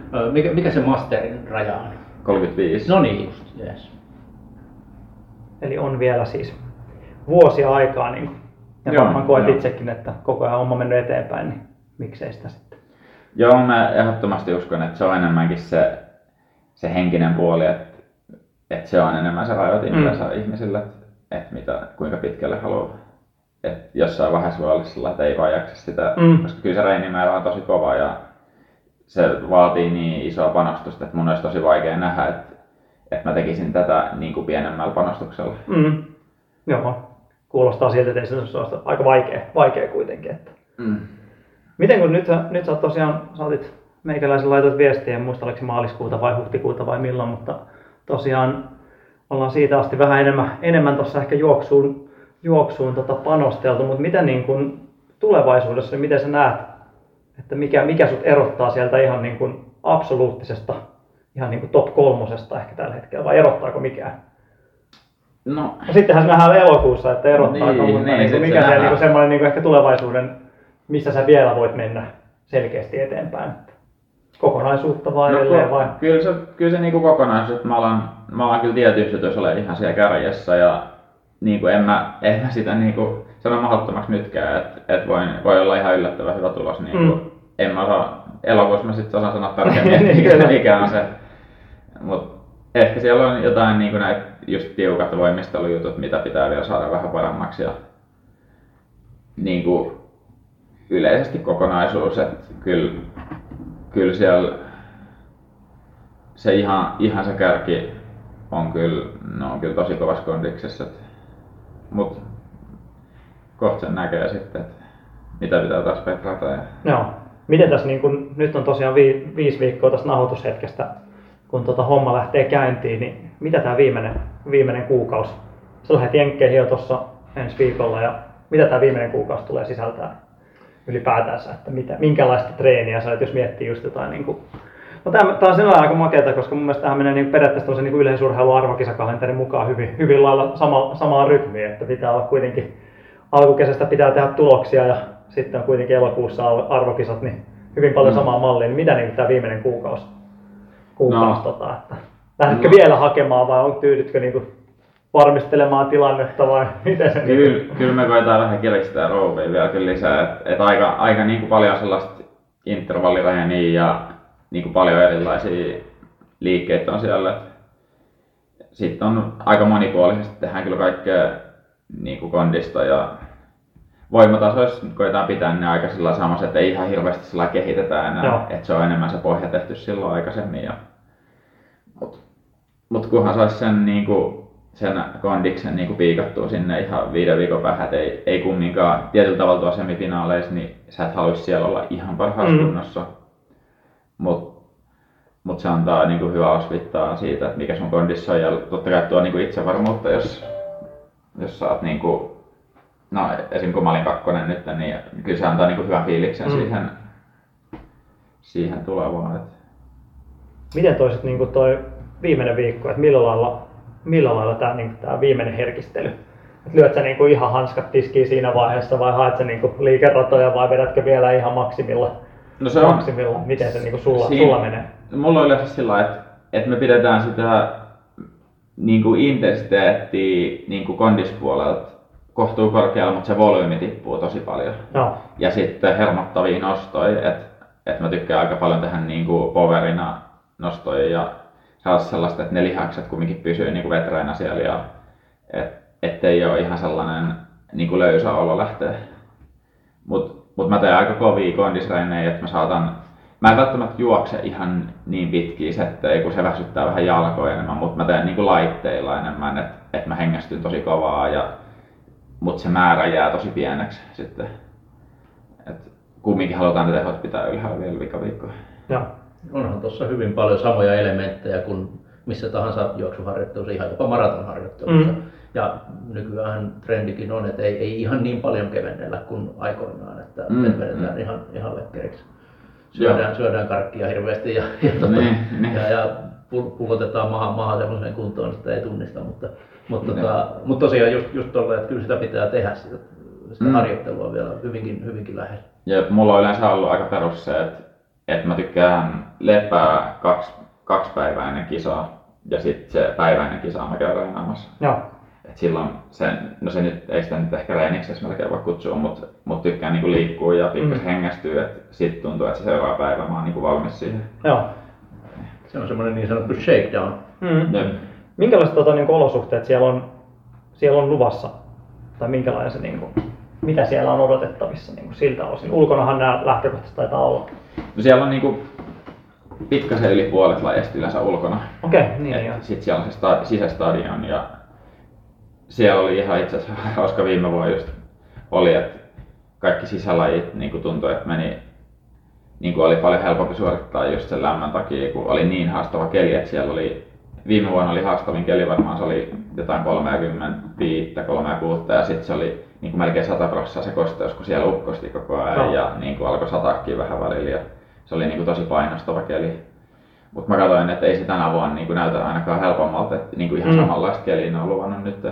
Mikä, mikä se masterin raja on? kolmekymmentäviisi. No niin just, yes. Eli on vielä siis vuosia aikaa, niin ja Joo, varmaan koet joo. itsekin, että koko ajan homma mennyt eteenpäin, niin miksei sitä sitten. Joo, mä ehdottomasti uskon, että se on enemmänkin se, se henkinen puoli, että, että se on enemmän se rajoitin Mm. yleensä ihmisille, että, että mitä, kuinka pitkälle haluaa. Että jossain vaiheessa voi olla sillä, että ei vaan jaksa sitä, Mm. koska kyllä se reenimäärä on tosi kova ja se vaatii niin isoa panostusta, että mun olisi tosi vaikea nähdä, että, että mä tekisin tätä niin kuin pienemmällä panostuksella. Mm. Joo, kuulostaa siltä, että ei se ole aika vaikea, vaikea kuitenkin. Että. Mm. Miten kun nyt, nyt sä oot tosiaan, sä otit meikäläisen laitoit viestiä, en muista oliko se maaliskuuta vai huhtikuuta vai milloin, mutta tosiaan ollaan siitä asti vähän enemmän, enemmän tuossa ehkä juoksuun, juoksuun tota panosteltu, mutta miten niin kun tulevaisuudessa, niin miten sä näet, että mikä, mikä sut erottaa sieltä ihan niin kun absoluuttisesta, ihan niin kun top kolmosesta ehkä tällä hetkellä, vai erottaako mikään? No, No sittenhän se nähdään elokuussa, että erottaako, Niin, mutta niin, niin, sit mikä se se nähdään. niin semmoinen niin ehkä tulevaisuuden, missä sä vielä voit mennä selkeästi eteenpäin? Kokonaisuutta vai no edelleen ko- vai? Kyllä se, kyllä se niinku kokonaisuus, että mä alan, mä alan kyllä tietysti, että jos olen ihan siellä kärjessä ja niinku en, mä, en mä sitä niinku sano mahdottomaksi nytkään, että et voin, voi olla ihan yllättävän hyvä tulos. Niinku, Mm. En mä osaa, elokuussa mä sitten osaan sanoa tarkemmin, Niin, mikä, kyllä. mikä on se. Mut ehkä siellä on jotain niinku näitä just tiukat voimistelujutut, mitä pitää vielä saada vähän paremmaksi. Ja niinku yleisesti kokonaisuus, että kyllä, kyllä siellä se ihan, ihan se kärki on kyllä, no on kyllä tosi kovassa kondiksessa, mutta kohta sen näkee sitten, että mitä pitää taas petrata. Ja... Joo. Miten tässä niin kun, nyt on tosiaan vi, viisi viikkoa tästä nauhoitushetkestä, kun tota homma lähtee käyntiin, niin mitä tämä viimeinen, viimeinen kuukausi? Sä lähdet Jenkkeihin jo tuossa ensi viikolla ja mitä tämä viimeinen kuukausi tulee sisältää ylipäätänsä, että mitä, minkälaista treeniä sä olet, jos miettii just jotain niin kuin... No tämä, tämä on sellainen aika makeata, koska mun mielestä tämähän menee niin periaatteessa niin yleisurheilun arvokisakalenterin mukaan hyvin, hyvin lailla sama, samaan rytmiin, että pitää olla kuitenkin alkukesästä pitää tehdä tuloksia ja sitten on kuitenkin elokuussa arvokisat, niin hyvin paljon Mm. samaa mallia. Niin mitä niin tämä viimeinen kuukausi? kuukausi No. tota, että lähdetkö No. vielä hakemaan vai on, tyydytkö niin kuin varmistelemaan tilannetta vai miten se? Kyllä, Niin kyllä me koetaan vähän kiristää rouvia vielä kyllä lisää, että et aika, aika niin kuin paljon sellaista intervallireeniä ja niin kuin paljon erilaisia liikkeitä on siellä. Sitten on aika monipuolisesti, tehdään kyllä kaikkea niin kuin kondista ja voimatasoissa koetaan pitää ne aika sillä samassa, että ei ihan hirveästi sillä kehitetä enää, Joo. että se on enemmän se pohja tehty silloin aikaisemmin. Ja, mut, mut kunhan saisi sen, niinku, sen kondiksen niinku piikattua sinne ihan viiden viikon päähän, että ei, ei kumminkaan tietyllä tavalla tuossa semifinaaleissa, niin sä et haluaisi siellä olla ihan parhaassa Mm. kunnossa. Mut, mut se antaa niinku hyvä osvittaa siitä, että mikä sun kondissa on, ja totta kai tuo niinku itsevarmuutta, jos, jos sä oot niinku, no esim. Kun mä olin kakkonen nyt, niin kyllä se antaa niinku hyvän fiiliksen Mm. siihen, siihen tulevaan. Et. Miten toiset niin kuin toi viimeinen viikko, että millä lailla, millä lailla tämä niin tää viimeinen herkistely? Et lyöt sä niin kuin ihan hanskat tiskiin siinä vaiheessa vai haet sä niin kuin liikeratoja vai vedätkö vielä ihan maksimilla? No se on, maksimilla? Miten se niin kuin sulla, Siin- sulla menee? mulla on yleensä sillä lailla, että, että me pidetään sitä niin kuin intensiteettiä niin kuin kondispuolelta kohtuu korkealla, mutta se volyymi tippuu tosi paljon. Joo. Ja sitten hermottavia nostoja, että et mä tykkään aika paljon tehdä niin kuin powerina nostoja ja saada sellaista, että ne lihakset kumminkin pysyy niin kuin vetreänä siellä ja et, ettei ole ihan sellainen niin kuin löysä olo lähtee. Mut, mut mä teen aika kovia kondisreinejä, että mä saatan, mä en välttämättä juokse ihan niin pitkiä settejä, kun se väsyttää vähän jalkoja enemmän, mutta mä teen niin kuin laitteilla enemmän, että et mä hengästyn tosi kovaa ja mutta se määrä jää tosi pieneksi sitten. Et kumminkin halutaan ne tehot pitää ylhäällä vielä vikaviikkoa. Joo. Onhan tuossa hyvin paljon samoja elementtejä kuin missä tahansa juoksuharjoittelussa, ihan jopa maratonharjoittelussa. Mm. Ja nykyään trendikin on, että ei, ei ihan niin paljon kevennellä kuin aikoinaan, että Mm, mm, vedetään mm. ihan, ihan lekkeriksi. Syödään, syödään karkkia hirveästi ja, ja, tota, Niin, niin. ja, ja pu- pukotetaan maha, maha sellaiseen kuntoon, että ei tunnista. Mutta, mutta, Niin. tota, mutta tosiaan just, just tolleen, että kyllä sitä pitää tehdä, sitä, sitä Mm. harjoittelua vielä hyvinkin, hyvinkin lähellä. Ja mulla on yleensä ollut aika perus se, että, että mä tykkään lepää kaksi, kaksi päivää ennen kisaa ja sitten se päiväinen kisa mä käyn reenaamassa. Joo. Et silloin se, no se nyt, ei sitä nyt ehkä reeniksi melkein voi kutsua, mutta mut tykkään niinku liikkua ja pikkas mm. hengästyä, että sit tuntuu, että se seuraava päivä mä oon niinku valmis siihen. Joo. Se on semmoinen niin sanottu shakedown. Mm. Minkälaiset tota, niin olosuhteet siellä on, siellä on luvassa? Tai minkälainen se, niin kuin, mitä siellä on odotettavissa niin kuin siltä osin? Ulkonahan nämä lähtökohtaisesti taitaa olla. No siellä on niinku pikkasen yli puolet lajeista yleensä ulkona. Okei, okay, niin joo. Sitten siellä on se sta- sisästadion ja siellä oli ihan itse asiassa hauska viime vuonna just oli, että kaikki sisälajit niin tuntui, että meni, niin kuin oli paljon helpompi suorittaa just sen lämmön takia, kun oli niin haastava keli, että siellä oli, viime vuonna oli haastavin keli varmaan, se oli jotain kolmekymmentäviisi kolmekymmentäkuusi ja sitten se oli niin kuin melkein sata prosenttia se kosteus, kun siellä ukkosti koko ajan no. ja niin kuin alkoi sataakin vähän välillä ja se oli niin kuin tosi painostava keli. Mutta mä katsoin, että ei se tänä vuonna niin kuin näytä ainakaan helpommalta, että niin kuin ihan mm. samanlaista keliä ne on luvannut nyt.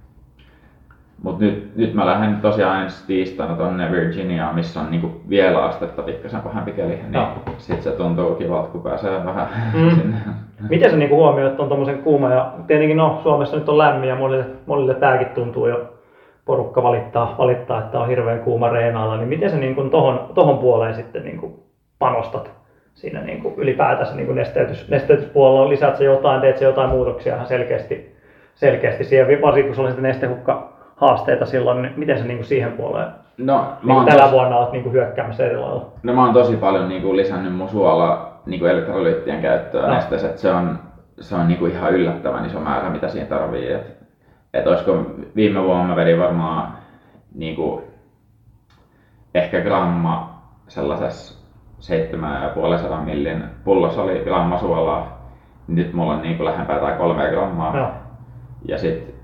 Mut nyt, nyt mä lähden tosiaan ensi tiistaina tonne Virginiaan, missä on niinku vielä astetta pikkasen pahempi keli, niin no. sit se tuntuu kivalta, kun pääsee vähän mm. sinne. Miten sä niinku huomioit ton tommosen kuuma ja tietenkin no Suomessa nyt on lämmin ja monille, monille tääkin tuntuu jo porukka valittaa, valittaa, että on hirveän kuuma reenailla, niin miten sä niinku tohon, tohon puoleen sitten niinku panostat siinä niinku ylipäätänsä niinku nesteytys, nesteytyspuolella, lisäät sä jotain, teet sä jotain muutoksia ihan selkeästi, selkeästi siihen, varsinkin kun sulla on sitten nestehukka haasteita silloin, niin miten sä niinku siihen puoleen no, niin tällä tos... vuonna olet niinku hyökkäämässä eri lailla? No mä oon tosi paljon niinku lisännyt mun suola niinku elektrolyyttien käyttöä no. nesteessä, että se on, se on niinku ihan yllättävän iso määrä mitä siinä tarvii. Et, et olisiko viime vuonna mä vedin varmaan niinku ehkä gramma sellaisessa seitsemän ja puoli sadan millin pullossa oli gramma suolaa. Nyt mulla on niinku lähempää tai kolme grammaa. No. Ja sit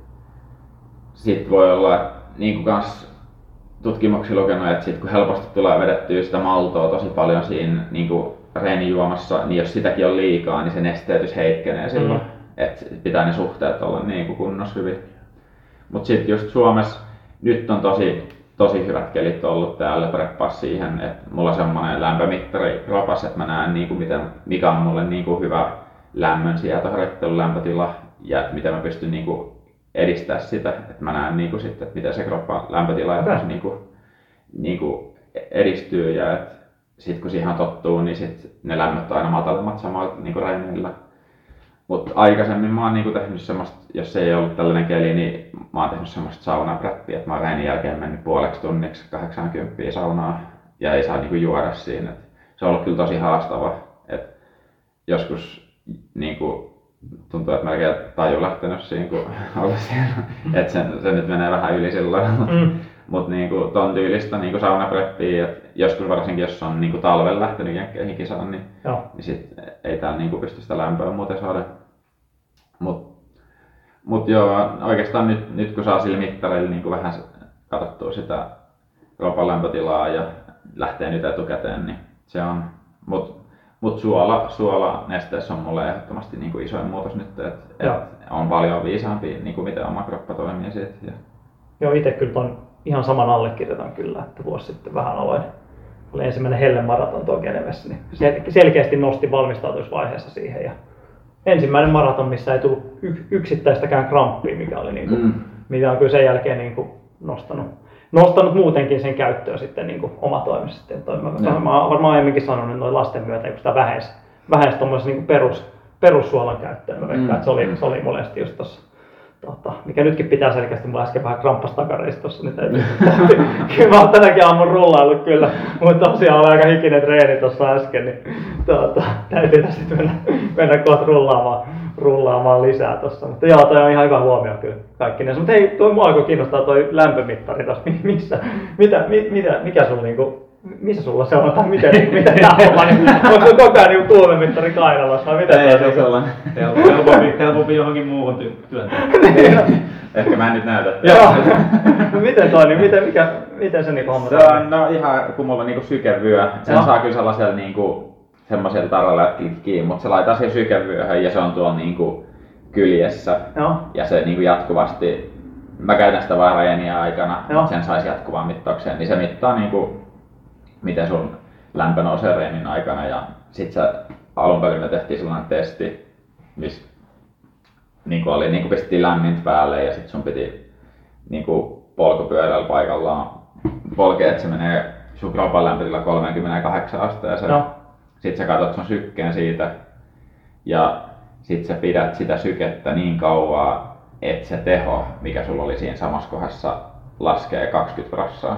Sitten voi olla niin kuin kans tutkimuksia lukenut, että sit kun helposti tulee vedettyä sitä maltoa tosi paljon siinä niin kuin reenijuomassa, niin jos sitäkin on liikaa, niin se nesteytys heikkenee silloin. Mm. Että pitää ne suhteet olla niin kuin kunnossa hyvin. Mut sitten just Suomessa nyt on tosi, tosi hyvät kelit ollut täällä preppaa siihen, että mulla on semmoinen lämpömittari kropas, että mä näen niin kuin miten, mikä on mulle niin kuin hyvä lämmön sietoharjoittelun lämpötila ja että miten mä pystyn niin kuin edistää sitä, että mä näen niinku sitten, että miten se kroppan lämpötila okay. niinku, niinku edistyy ja että sit kun siihen tottuu, niin sit ne lämmöt on aina matalemmat samalla niinku reenillä. Mutta aikaisemmin mä oon niinku tehnyt semmoista, jos ei ollut tällainen keli, niin mä oon tehnyt semmoista saunapreppiä, että mä oon reenin jälkeen mennyt puoleksi tunniksi kahdeksankymmentä saunaa ja ei saa niinku juoda siinä. Et se on ollut kyllä tosi haastava, että joskus niinku tuntuu, että melkein taju lähtenyt siinä, kun oli siellä. Että se, se nyt menee vähän yli silloin. Mm. Mutta niinku ton tyylistä niinku saunapreppiä, että joskus varsinkin jos on niinku talven lähtenyt jenkkeihin kisaan, niin, niin sit ei täällä niinku pysty sitä lämpöä muuten saada. Mut, mut joo, oikeastaan nyt, nyt kun saa sillä mittarilla niinku vähän katsottua sitä kroppan lämpötilaa ja lähtee nyt etukäteen, niin se on. Mut, Mutta suola, suola nesteessä on mulle ehdottomasti niinku isoin muutos nyt, että et on paljon viisaampi niinku miten oma kroppa toimii siitä. Ja... Joo, itse kyllä ton ihan saman allekirjoitan kyllä, että vuosi sitten vähän aloin. Oli ensimmäinen hellemaraton tuon Genevessä, niin sel- selkeästi nosti valmistautumisvaiheessa siihen. Ja ensimmäinen maraton, missä ei tullut y- yksittäistäkään kramppia, mikä oli niinku, mm. mitä on kyllä sen jälkeen niinku nostanut. nostanut muutenkin sen käyttöön sitten niin omatoimisesti. Mä, mä oon varmaan aiemminkin sanonut, että noin lasten myötä, kun sitä vähensi, vähensi tuommoisen niin perus, perussuolan käyttöön. Mä veikkaan, mm. että se oli, se oli monesti just tossa, tota, mikä nytkin pitää selkeästi, mulla äsken vähän kramppas takareista tossa, niin täytyy, täytyy, kyllä mä oon tänäkin aamun rullaillut kyllä, mutta tosiaan oli aika hikinen treeni tossa äsken, niin tota, täytyy tässä sitten mennä, mennä kohta rullaamaan. rullaamaan lisää tossa. Mutta joo, toi on ihan hyvä huomio kyllä kaikkinensa. Mutta hei, toi mua alkoi kiinnostaa toi lämpömittari tossa. Missä, mitä, mitä, mikä sulla niinku, missä sulla se on, tai miten, miten tää on, niin, onko sulla koko ajan niinku tuulemittari kainalossa vai mitä? Ei, se on sellainen. Helpompi, helpompi johonkin muuhun työntää. Ehkä mä en nyt näytä. Joo. No miten toi, niin miten, mikä, miten se niinku homma? Se on no, ihan, kun mulla on niinku sykevyö. Sen saa kyllä sellaisella niinku semmoisella tarralla kiinni, mutta se laitetaan siihen sykevyöhön ja se on tuolla niinku kyljessä. Joo. Ja se niinku jatkuvasti, mä käytän sitä vaan reeniä aikana, että sen saisi jatkuvaan mittaukseen, niin se mittaa niinku, miten sun lämpö nousee reenin aikana ja sit sä, alun perin me tehtiin sellainen testi, missä niin oli, niin pistettiin lämmintä päälle ja sit sun piti niin polkupyörällä paikallaan polkea, että se menee sun kropan lämpötila kolmekymmentäkahdeksan asteeseen. No. Sit sä katsot sun sykkeen siitä ja sit sä pidät sitä sykettä niin kauaa, että se teho, mikä sulla oli siinä samassa kohdassa, laskee kaksikymmentä prosenttia.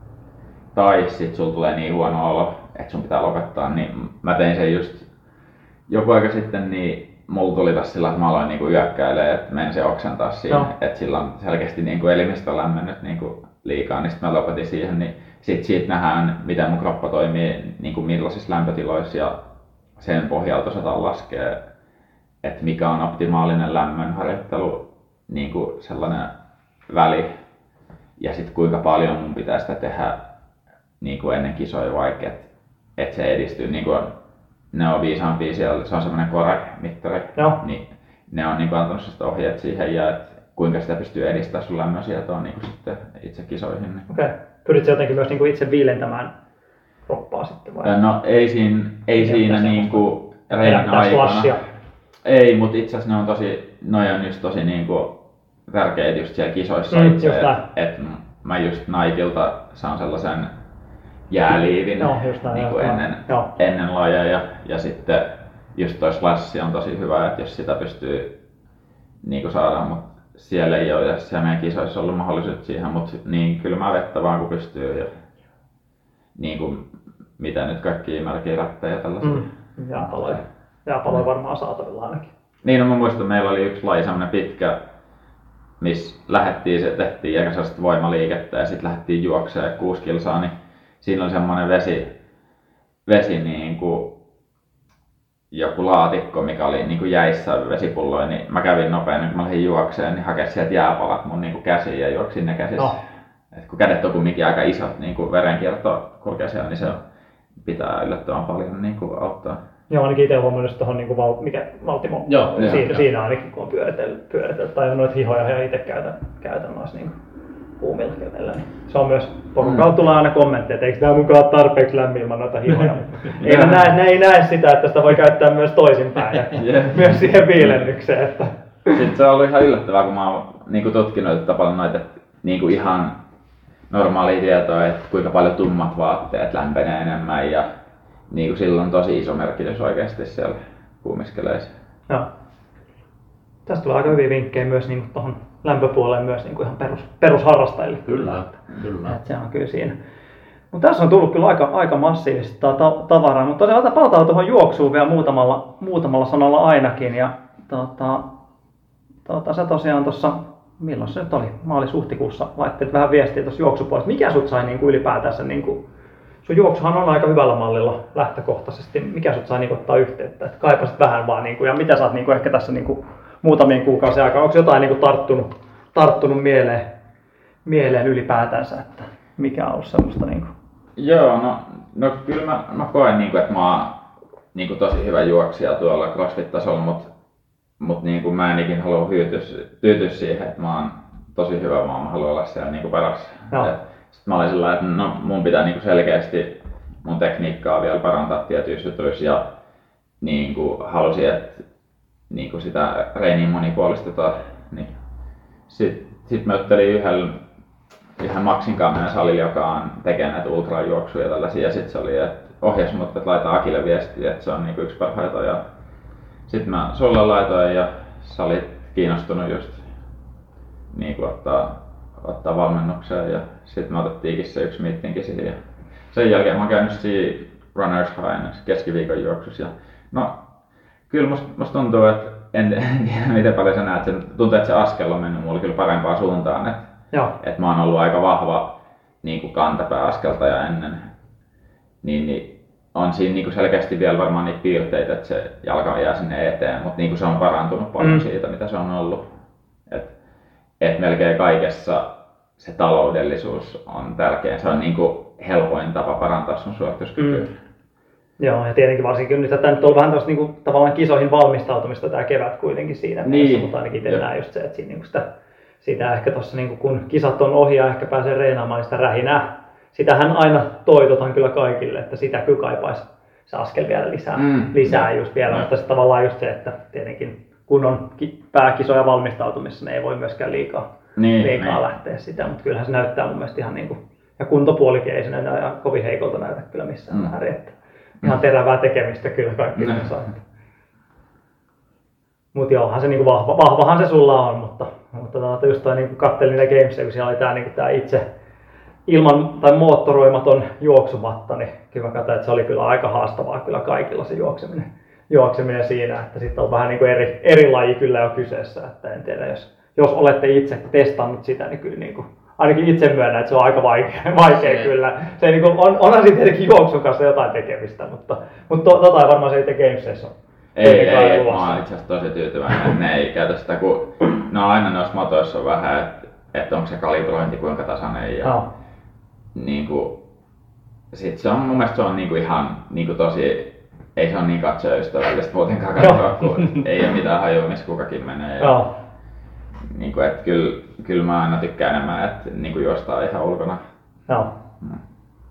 Tai sit sulla tulee niin huono olo, että sun pitää lopettaa, niin mä tein sen just joku aika sitten, niin mulla tuli taas sillä, että mä aloin niinku yökkäilemään, että menen se oksentaa siinä, no. Että sillä on selkeästi niinku elimistö lämmennyt niinku liikaa, niin sitten mä lopetin siihen, niin sit siitä nähdään, miten mun kroppa toimii niinku millaisissa lämpötiloissa ja sen pohjalta osataan laskea, että mikä on optimaalinen lämmönharjoittelu, niinku sellainen väli ja sitten kuinka paljon mun pitää sitä tehdä niinku ennen kisoja vaikka, että et se edistyy. Niinku ne on viisaampia siellä, se on semmoinen Core-mittari, no. Niin ne on niinku antanut sitä ohjeet siihen ja et kuinka sitä pystyy edistämään sun lämmönsietoa niinku sitten itse kisoihin. Niin. Okei. Okay. Pyritkö jotenkin myös niinku itse viilentämään kroppaa sitten vai? No ei siinä, ei siinä niinku reenin aikana. Ei, mutta itse asiassa ne on tosi, noi on just tosi niinku tärkeitä just siellä kisoissa mm, itse, että et mä just Nikeilta saan sellaisen jääliivin no, niin kuin ennen, ennen lajeja ja sitten just toi slassi on tosi hyvä, että jos sitä pystyy niin kuin saada, mutta siellä ei ole ja siellä meidän kisoissa ollut mahdollisuus siihen, mutta niin kylmää vettä vaan kun pystyy ja niin kuin mitä nyt kaikki märkirättejä ja tällaisia. Mm, jääpaloja. Jääpaloja varmaan saatavilla ainakin. Niin, no mä muistan, meillä oli yksi laji semmoinen pitkä, missä lähdettiin, se tehtiin eikä sellaista voimaliikettä ja sitten lähdettiin juoksemaan kuusi kilsaa, niin siinä oli semmoinen vesi, vesi niin kuin joku laatikko, mikä oli niin kuin jäissä vesipulloja, niin mä kävin nopein, kun mä lähdin juokseen, niin hakesin sieltä jääpalat mun niin kuin käsiin ja juoksin ne käsissä. No. Et kun kädet on kumminkin aika isot, niin kuin verenkierto kulkee siellä, niin se pitää yllättävän paljon niin kuin auttaa. Joo, ainakin itse huomannut tuohon niin val, mikä Valtimo, joo, siinä, siinä ainakin kun on pyöritellyt, pyöritellyt tai noita hihoja ja itse käytän, käytän noissa niin kuumilla kenellä. Niin se on myös, porukalla mm. tulee aina kommentteja, että eikö tämä mukaan ole tarpeeksi lämmin ilman noita hihoja. ei ne, näe, ne ei näe sitä, että sitä voi käyttää myös toisinpäin ja yeah. myös siihen viilennykseen. Että. Sitten se on ollut ihan yllättävää, kun mä oon niin tutkinut paljon noita niin ihan normaalia tietoa, että kuinka paljon tummat vaatteet lämpenee enemmän ja niin kuin sillä on tosi iso merkitys oikeasti siellä kuumiskeleissä. Joo. Tästä tulee aika hyviä vinkkejä myös niin tuohon lämpöpuoleen myös niin kuin ihan perus, perusharrastajille. Kyllä, kyllä. Että se on kyllä siinä. Mutta tässä on tullut kyllä aika, aika massiivista ta- tavaraa, mutta tosiaan palataan tuohon juoksuun vielä muutamalla, muutamalla sanalla ainakin. Ja, tota, tota, sä tosiaan tuossa, milloin se nyt oli, maalis-huhtikuussa laitteet vähän viestiä tuossa juoksupuolesta. Mikä sut sai niin kuin ylipäätänsä, niin kuin, sun juoksuhan on aika hyvällä mallilla lähtökohtaisesti, mikä sut sai niin kuin ottaa yhteyttä? Et kaipasit vähän vaan, niin kuin, ja mitä sä oot niin kuin ehkä tässä niin kuin, muutamien kuukausien aikaa, onko jotain niin kuin tarttunut, tarttunut mieleen, mieleen ylipäätänsä, että mikä on ollut semmoista? Niin kuin? Joo, no, no kyllä mä, mä koen, niin kuin, että mä oon niin kuin tosi hyvä juoksija tuolla CrossFit-tasolla, mutta mut, niin mä en ikin halua tyytyä siihen, että mä oon tosi hyvä, vaan mä haluan olla siellä niin kuin perässä. Sitten mä olin sillä että no, mun pitää niin kuin selkeästi mun tekniikkaa vielä parantaa tietyissä jutuissa ja niin kuin halusin, että niin kuin sitä reiniä monipuolistetaan. Niin. Sitten sit mä juttelin yhden, yhden Maxin kanssa meidän salilla, joka on tekee näitä ultrajuoksuja ja tällaisia. Ja sitten se oli, että ohjasi mut, että laita Akille viestiä, että se on niin kuin yksi parhaita. Ja sitten mä sulle laitoin ja sä olit kiinnostunut just niin kuin ottaa, ottaa valmennukseen. Ja sitten me otettiinkin se yksi meetingki siihen. Ja sen jälkeen mä oon käynyt siinä Runners High keskiviikon juoksussa. Ja no, kyllä musta, musta tuntuu, että en tiedä miten paljon sä näet sen, tuntuu, että se askel on mennyt mulle kyllä parempaan suuntaan. Että et mä oon ollut aika vahva niin kuin kantapääaskeltaja ennen, niin, niin on siinä niin kuin selkeästi vielä varmaan niitä piirteitä, että se jalka jää sinne eteen, mutta niin kuin se on parantunut paljon mm. siitä, mitä se on ollut. Et, et melkein kaikessa se taloudellisuus on tärkeä, se on niin kuin helpoin tapa parantaa sun suorituskykyä. Mm. Joo, ja tietenkin varsinkin nyt, että nyt on vähän tämmöistä niin tavallaan kisoihin valmistautumista tämä kevät kuitenkin siinä niin. mielessä, mutta ainakin itse näen just se, että siinä, niin sitä, siitä ehkä tuossa niin kun kisat on ohi ja ehkä pääsee reenaamaan, niin sitä rähinää, sitähän aina toitotan kyllä kaikille, että sitä kyllä kaipaisi se askel vielä lisää, Mm. lisää just vielä, Mm. mutta se tavallaan just se, että tietenkin kun on ki- pääkisoja valmistautumissa, niin ei voi myöskään liikaa, Niin, liikaa niin. lähteä sitä, mutta kyllähän se näyttää mun mielestä ihan niin kuin, ja kuntopuolikin ei se näytä ihan kovin heikolta näytä kyllä missään Mm. määrin, että ihan terävää tekemistä kyllä kaikki Mm. saa. Mutta joo, onhan se niinku vahva, vahvahan se sulla on, mutta, mutta tuota, just toi niinku kattelin niitä gamesia, kun siellä oli tää, niinku tää itse ilman tai moottoroimaton juoksumatta, niin kyllä mä katsoin, että se oli kyllä aika haastavaa kyllä kaikilla se juokseminen, juokseminen siinä, että sitten on vähän niinku eri, eri laji kyllä jo kyseessä, että en tiedä, jos, jos olette itse testannut sitä, niin kyllä niinku, ainakin itse myönnän, että se on aika vaikea, vaikea Se- kyllä. Se niinku, on, onhan siinä tietenkin juoksun kanssa jotain tekemistä, mutta, mutta to, tota ei varmaan se itse gamesissa on. Ei, kuitenkaan ei, luvassa. mä oon itse asiassa tosi tyytyväinen, että ne ei käytä sitä, kun no aina noissa motoissa on vähän, että, että onko se kalibrointi kuinka tasainen ja No. niinku, sit se on mun mielestä se on niinku ihan niinku tosi, ei se ole niin katsojaystävällistä muutenkaan katsoa, kun ei ole mitään hajua, missä kukakin menee. Ja, Joo. niinku, et kyllä, kyllä mä aina tykkään enemmän, että niinku juostaan ihan ulkona. Joo. Mm.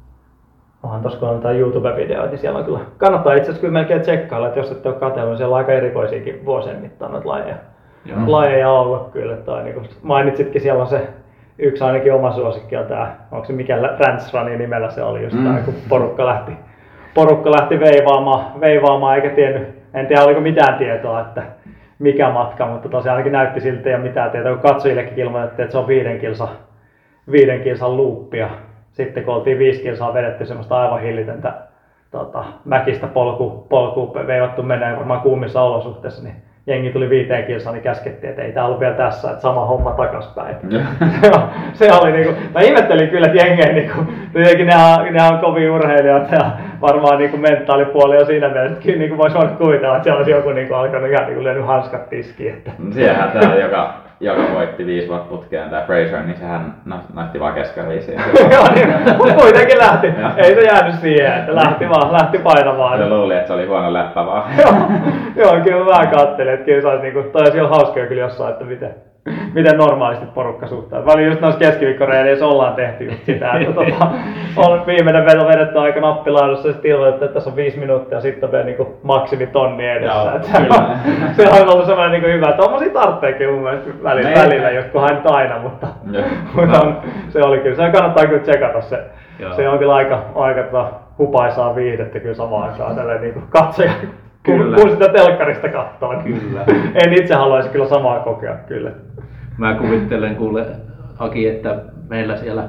Onhan tossa kun on jotain YouTube-videoita, niin siellä on kyllä, kannattaa itse asiassa kyllä melkein tsekkailla, että jos ette ole katsellut, niin siellä on aika erikoisiakin vuosien mittaan noita lajeja, Joo. lajeja ollut kyllä. Toi, niin kuin mainitsitkin, siellä on se yksi ainakin oma suosikki on tää, onko se mikä Rants Runin nimellä se oli just Mm. tää, kun porukka lähti, porukka lähti veivaamaan, veivaamaan eikä tiennyt, en tiedä oliko mitään tietoa, että mikä matka, mutta tosiaan ainakin näytti siltä, että ei ole mitään tietoa, kun katsojillekin ilmoitettiin, että se on viiden kilsa, viiden kilsan luuppia. Sitten kun oltiin viisi kilsaa vedetty semmoista aivan hillitöntä tota, mäkistä polku, polku veivattu menee varmaan kuumissa olosuhteissa, niin jengi tuli viiteen kilsaan, niin käskettiin, että ei tää ollut vielä tässä, että sama homma takaspäin. se, on, se oli niinku, mä ihmettelin kyllä, että jengi niinku, tietenkin ne on, ne on kovin urheilijoita ja varmaan niinku mentaalipuoli on siinä mielessä, että kyllä niinku voisi voinut kuvitella, että siellä olisi joku niinku alkanut ihan niinku lyönyt hanskat tiskiin. Että. Siellähän tää, joka, joka voitti viisi vuotta putkeen, tää Fraser, niin sehän no, näytti vaan keskariin siinä. Joo, niin, mutta kuitenkin lähti, Joo. ei se jäänyt siihen, että lähti vaan, lähti painamaan. Se luuli, että se oli huono läppä vaan. Joo, joo, kyllä mä vähän katselin, että kyllä saisi niinku, toi olisi ihan hauskaa kyllä jossain, että miten, miten normaalisti porukka suhtautuu. Välillä just noissa keskiviikkoreileissä ollaan tehty just sitä, että tota, on viimeinen veto vedetty aika nappilaadussa ja sitten ilmoitettu, että tässä on viisi minuuttia ja sitten on vielä niinku maksimitonni edessä. Joo, että se, kyllä. on, se on ollut semmoinen niinku hyvä, tommosia tarvitseekin mun mielestä välillä, Meitä- välillä joskus nyt aina, mutta, Joo. mutta on, se oli kyllä, se kannattaa kyllä tsekata se. Joo. Se on kyllä aika, aika tota, hupaisaa viihdettä kyllä samaan aikaan tälleen niinku katsoja. Kun, Kyllä. kun sitä telkkarista katsoo. Kyllä. En itse haluaisi kyllä samaa kokea kyllä. Mä kuvittelen kuule Aki, että meillä siellä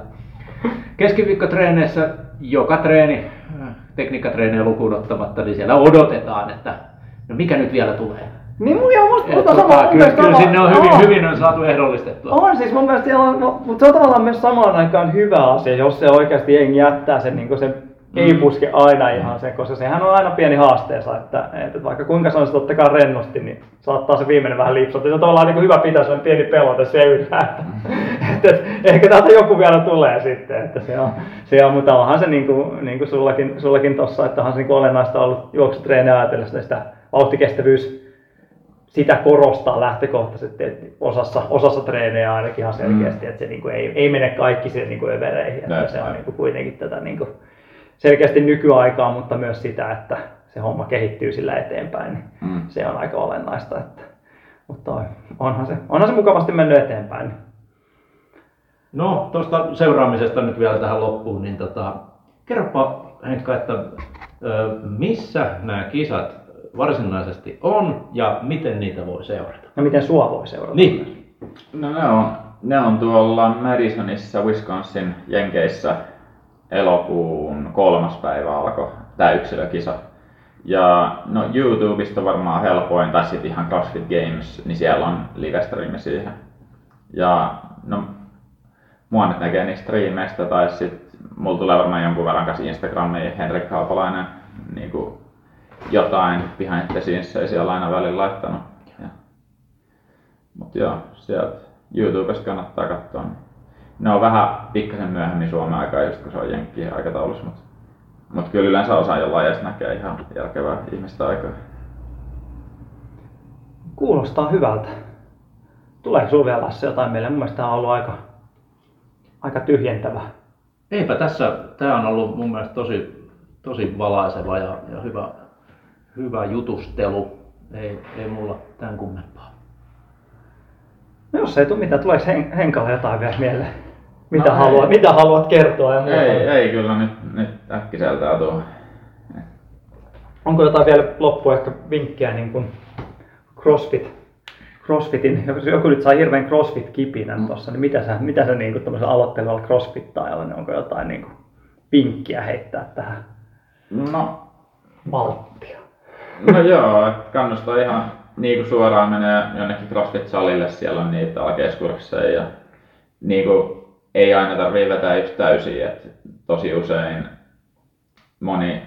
keskiviikkotreeneissä joka treeni, tekniikkatreeniä lukuun ottamatta, niin siellä odotetaan, että no mikä nyt vielä tulee. Niin mun joo, musta Et mutta tota, sama, mun kyllä, mielestä kyllä sama- sinne on hyvin, Joo. hyvin on saatu ehdollistettua. On siis mun mielestä siellä on, no, mutta se on tavallaan myös samaan aikaan hyvä asia, jos se oikeasti jengi jättää sen, niin sen ei puske aina ihan sen, koska sehän on aina pieni haasteensa, että, että vaikka kuinka sanoisit ottakaa rennosti, niin saattaa se viimeinen vähän lipsata. Se on tavallaan niin hyvä pitää sellainen pieni pelote seyrää, että, että, että ehkä täältä joku vielä tulee sitten, että se on, se on mutta onhan se niin kuin, niin kuin sullakin, sullakin tossa, että onhan se niin kuin olennaista ollut juoksutreeniä ajatellessa sitä vauhtikestävyys, sitä korostaa lähtökohtaisesti, että osassa, osassa treenejä ainakin ihan selkeästi, mm. että se niin kuin ei, ei mene kaikki siihen niin kuin övereihin, että Näin, se on näin. niin kuin kuitenkin tätä niin kuin selkeästi nykyaikaa, mutta myös sitä, että se homma kehittyy sillä eteenpäin, niin Mm. se on aika olennaista. Että, mutta onhan se, onhan se mukavasti mennyt eteenpäin. No, tuosta seuraamisesta nyt vielä tähän loppuun, niin tota, kerropa Henkka, että ö, missä nämä kisat varsinaisesti on ja miten niitä voi seurata? No miten sua voi seurata? Niin. No ne on, ne on tuolla Madisonissa, Wisconsin, Jenkeissä elokuun kolmas päivä alkoi tää yksilökisa. Ja no YouTubesta varmaan helpoin, tai sitten ihan CrossFit Games, niin siellä on live-striimi siihen. Ja no mua nyt näkee niistä striimeistä, tai sit mulla tulee varmaan jonkun verran kanssa Instagramiin Henrik Haapalainen niinku jotain behind the scenes ei siellä aina välillä laittanut. Ja, mut joo, sieltä YouTubesta kannattaa katsoa. Ne on vähän pikkasen myöhemmin Suomen aikaa, just kun se on jenkkien aikataulussa, mut, mut kyllä yleensä osa jollain edes näkee ihan järkevää ihmistä aikaa. Kuulostaa hyvältä. Tuleeko sinulla vielä Lasse jotain meille? Mun mielestä tämä on ollut aika, aika tyhjentävä, Eipä tässä, tämä on ollut mun mielestä tosi, tosi valaiseva ja, ja hyvä, hyvä jutustelu. Ei, ei mulla tämän kummempaa. No jos ei tule mitään, tuleeko Hen- Henkalle jotain vielä mieleen? Mitä, No haluat, mitä haluat kertoa? Ja muuta? Ei, ei kyllä nyt, nyt äkkiseltään tuu. Onko jotain vielä loppuun ehkä vinkkiä niin kuin CrossFit, CrossFitin, jos joku nyt saa hirveän CrossFit-kipinän tuossa, niin mitä sä, mitä sä niin kuin aloittelevalla CrossFit-taajalla, niin onko jotain niin kuin vinkkiä heittää tähän No, malttia? no joo, että kannustaa ihan niin kuin suoraan menee jonnekin CrossFit-salille, siellä on niitä alkeiskursseja ja niin kuin ei aina tarvii vetää yksi täysiä, että tosi usein moni,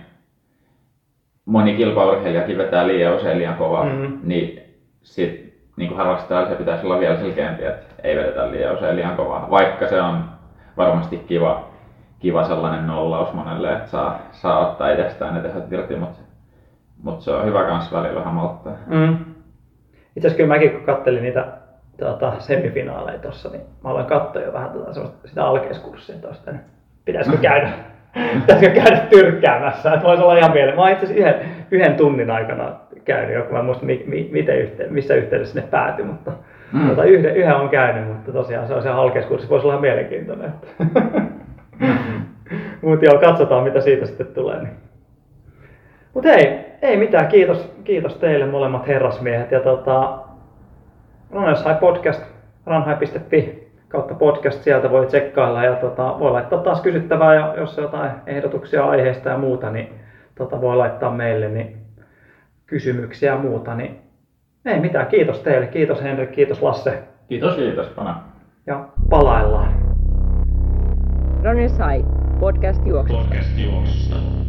moni kilpaurheilijakin vetää liian usein liian kovaa, Mm-hmm. niin sit niin kuin harrastajalla se pitäisi olla vielä selkeämpi, että ei vedetä liian usein liian kovaa, vaikka se on varmasti kiva, kiva sellainen nollaus monelle, että saa, saa ottaa itsestään ne tehot irti, mutta, mutta se on hyvä kans välillä vähän malttaa. Mm. Itse asiassa kyllä mäkin kun kattelin niitä tuota, semifinaaleja tuossa, niin mä aloin katsoa jo vähän tuota, sitä alkeiskurssia tuosta, niin pitäisikö käydä, pitäisikö käydä tyrkkäämässä, että voisi olla ihan mieleen. Mä oon itse asiassa yhden, yhden tunnin aikana käynyt, joku mä en muista mi, mi, miten yhteen, missä yhteydessä ne päätyi, mutta mm. tuota, yhden, yhden on käynyt, mutta tosiaan se on se alkeiskurssi, voisi olla ihan mielenkiintoinen. Että. Mm-hmm. Mutta joo, katsotaan mitä siitä sitten tulee. Niin. Mutta hei, ei mitään, kiitos, kiitos teille molemmat herrasmiehet. Ja tota, Runners High Podcast, runhigh piste fi kautta podcast, sieltä voi tsekkailla ja tota, voi laittaa taas kysyttävää, ja jos on jotain ehdotuksia aiheista ja muuta, niin tota, voi laittaa meille niin kysymyksiä ja muuta. Niin, ei mitään, kiitos teille, kiitos Henrik, kiitos Lasse. Kiitos. Kiitos pana. Ja palaillaan. Runners High, podcast juoksusta. Podcast juoksusta.